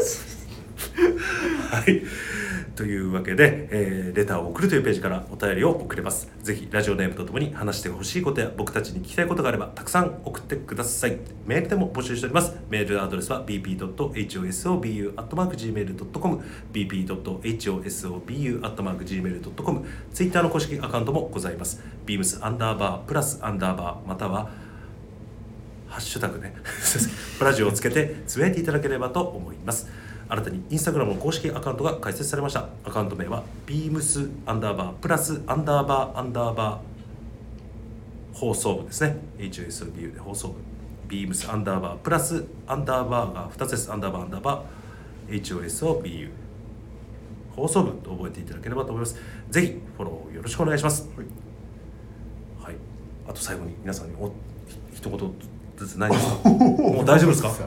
というわけで、えー、レターを送るというページからお便りを送れます。ぜひラジオネームとともに話してほしいことや僕たちに聞きたいことがあればたくさん送ってください。メールでも募集しております。メールアドレスは ビーピードットエイチオーエスオービーユーアットマークジーメールドットコム ビーピードットエイチオーエスオービーユーアットマークジーメールドットコム。 ツイッターの公式アカウントもございます。ビームスアンダーバープラスアンダーバーまたはハッシュタグねプラジオをつけてつぶやいていただければと思います。新たにインスタグラムの公式アカウントが開設されました。アカウント名は ビームス アンダーバープラスアンダーバーアンダーバー放送部ですね。 エイチオーエスオービーユー で放送部 ビームス アンダーバープラスアンダーバーがふたつです。アンダーバーアンダーバー エイチオーエスオービーユー 放送部と覚えていただければと思います。ぜひフォローよろしくお願いします。はい、はい、あと最後に皆さんにお一言ずつないですか？もう大丈夫ですか？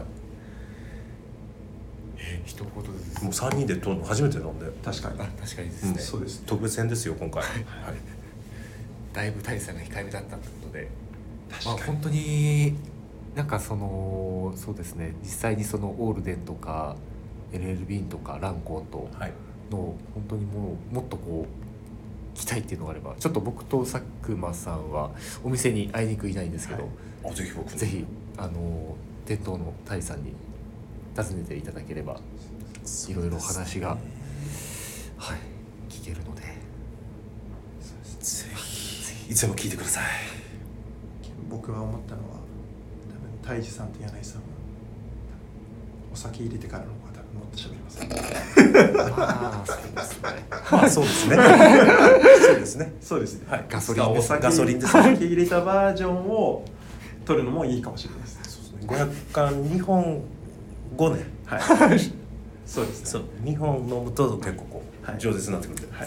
一言です。 もうさんにんで撮るの初めてなんで。 確かに。 あ、確かにですね。 うん、そうです、ね。 特別編ですよ今回。はい。 だいぶ大差が控えめだったということで、まあ本当になんかそのそうですね。実際にそのオールデンとか エルエルビー とかランコーとの本当にもうもっとこう期待っていうのがあれば、ちょっと僕と佐久間さんはお店に会いにくいないんですけど、 はい、あぜひ僕ぜひあの店頭のタイさんに訪ねていただければいろいろ話が、ね、はい聞けるので、 ぜひいつでも聞いてください。 僕は思ったのは多分泰治さんと柳井さんはお酒入れてからの方が多分もっと喋りますね。 まあそうですね。 まあそうですね。そうですね。 そうですね。 はい、 ガソリンお酒ガソリンです。 お酒入れたバージョンを取るのもいいかもしれないですね。 そうですね。ごひゃくかんにほんごねん。 はい。そうですね。 そうにほん飲むと結構こう、はい、饒舌になってくるんで。はい。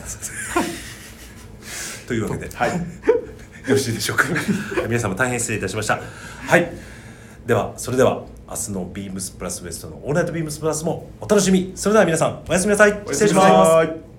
というわけで、はい、よろしいでしょうか。皆様大変失礼いたしました。はい。ではそれでは明日のビームスプラスウエストのオールナイトビームスプラスもお楽しみ。それでは皆さんおやすみなさい。失礼します。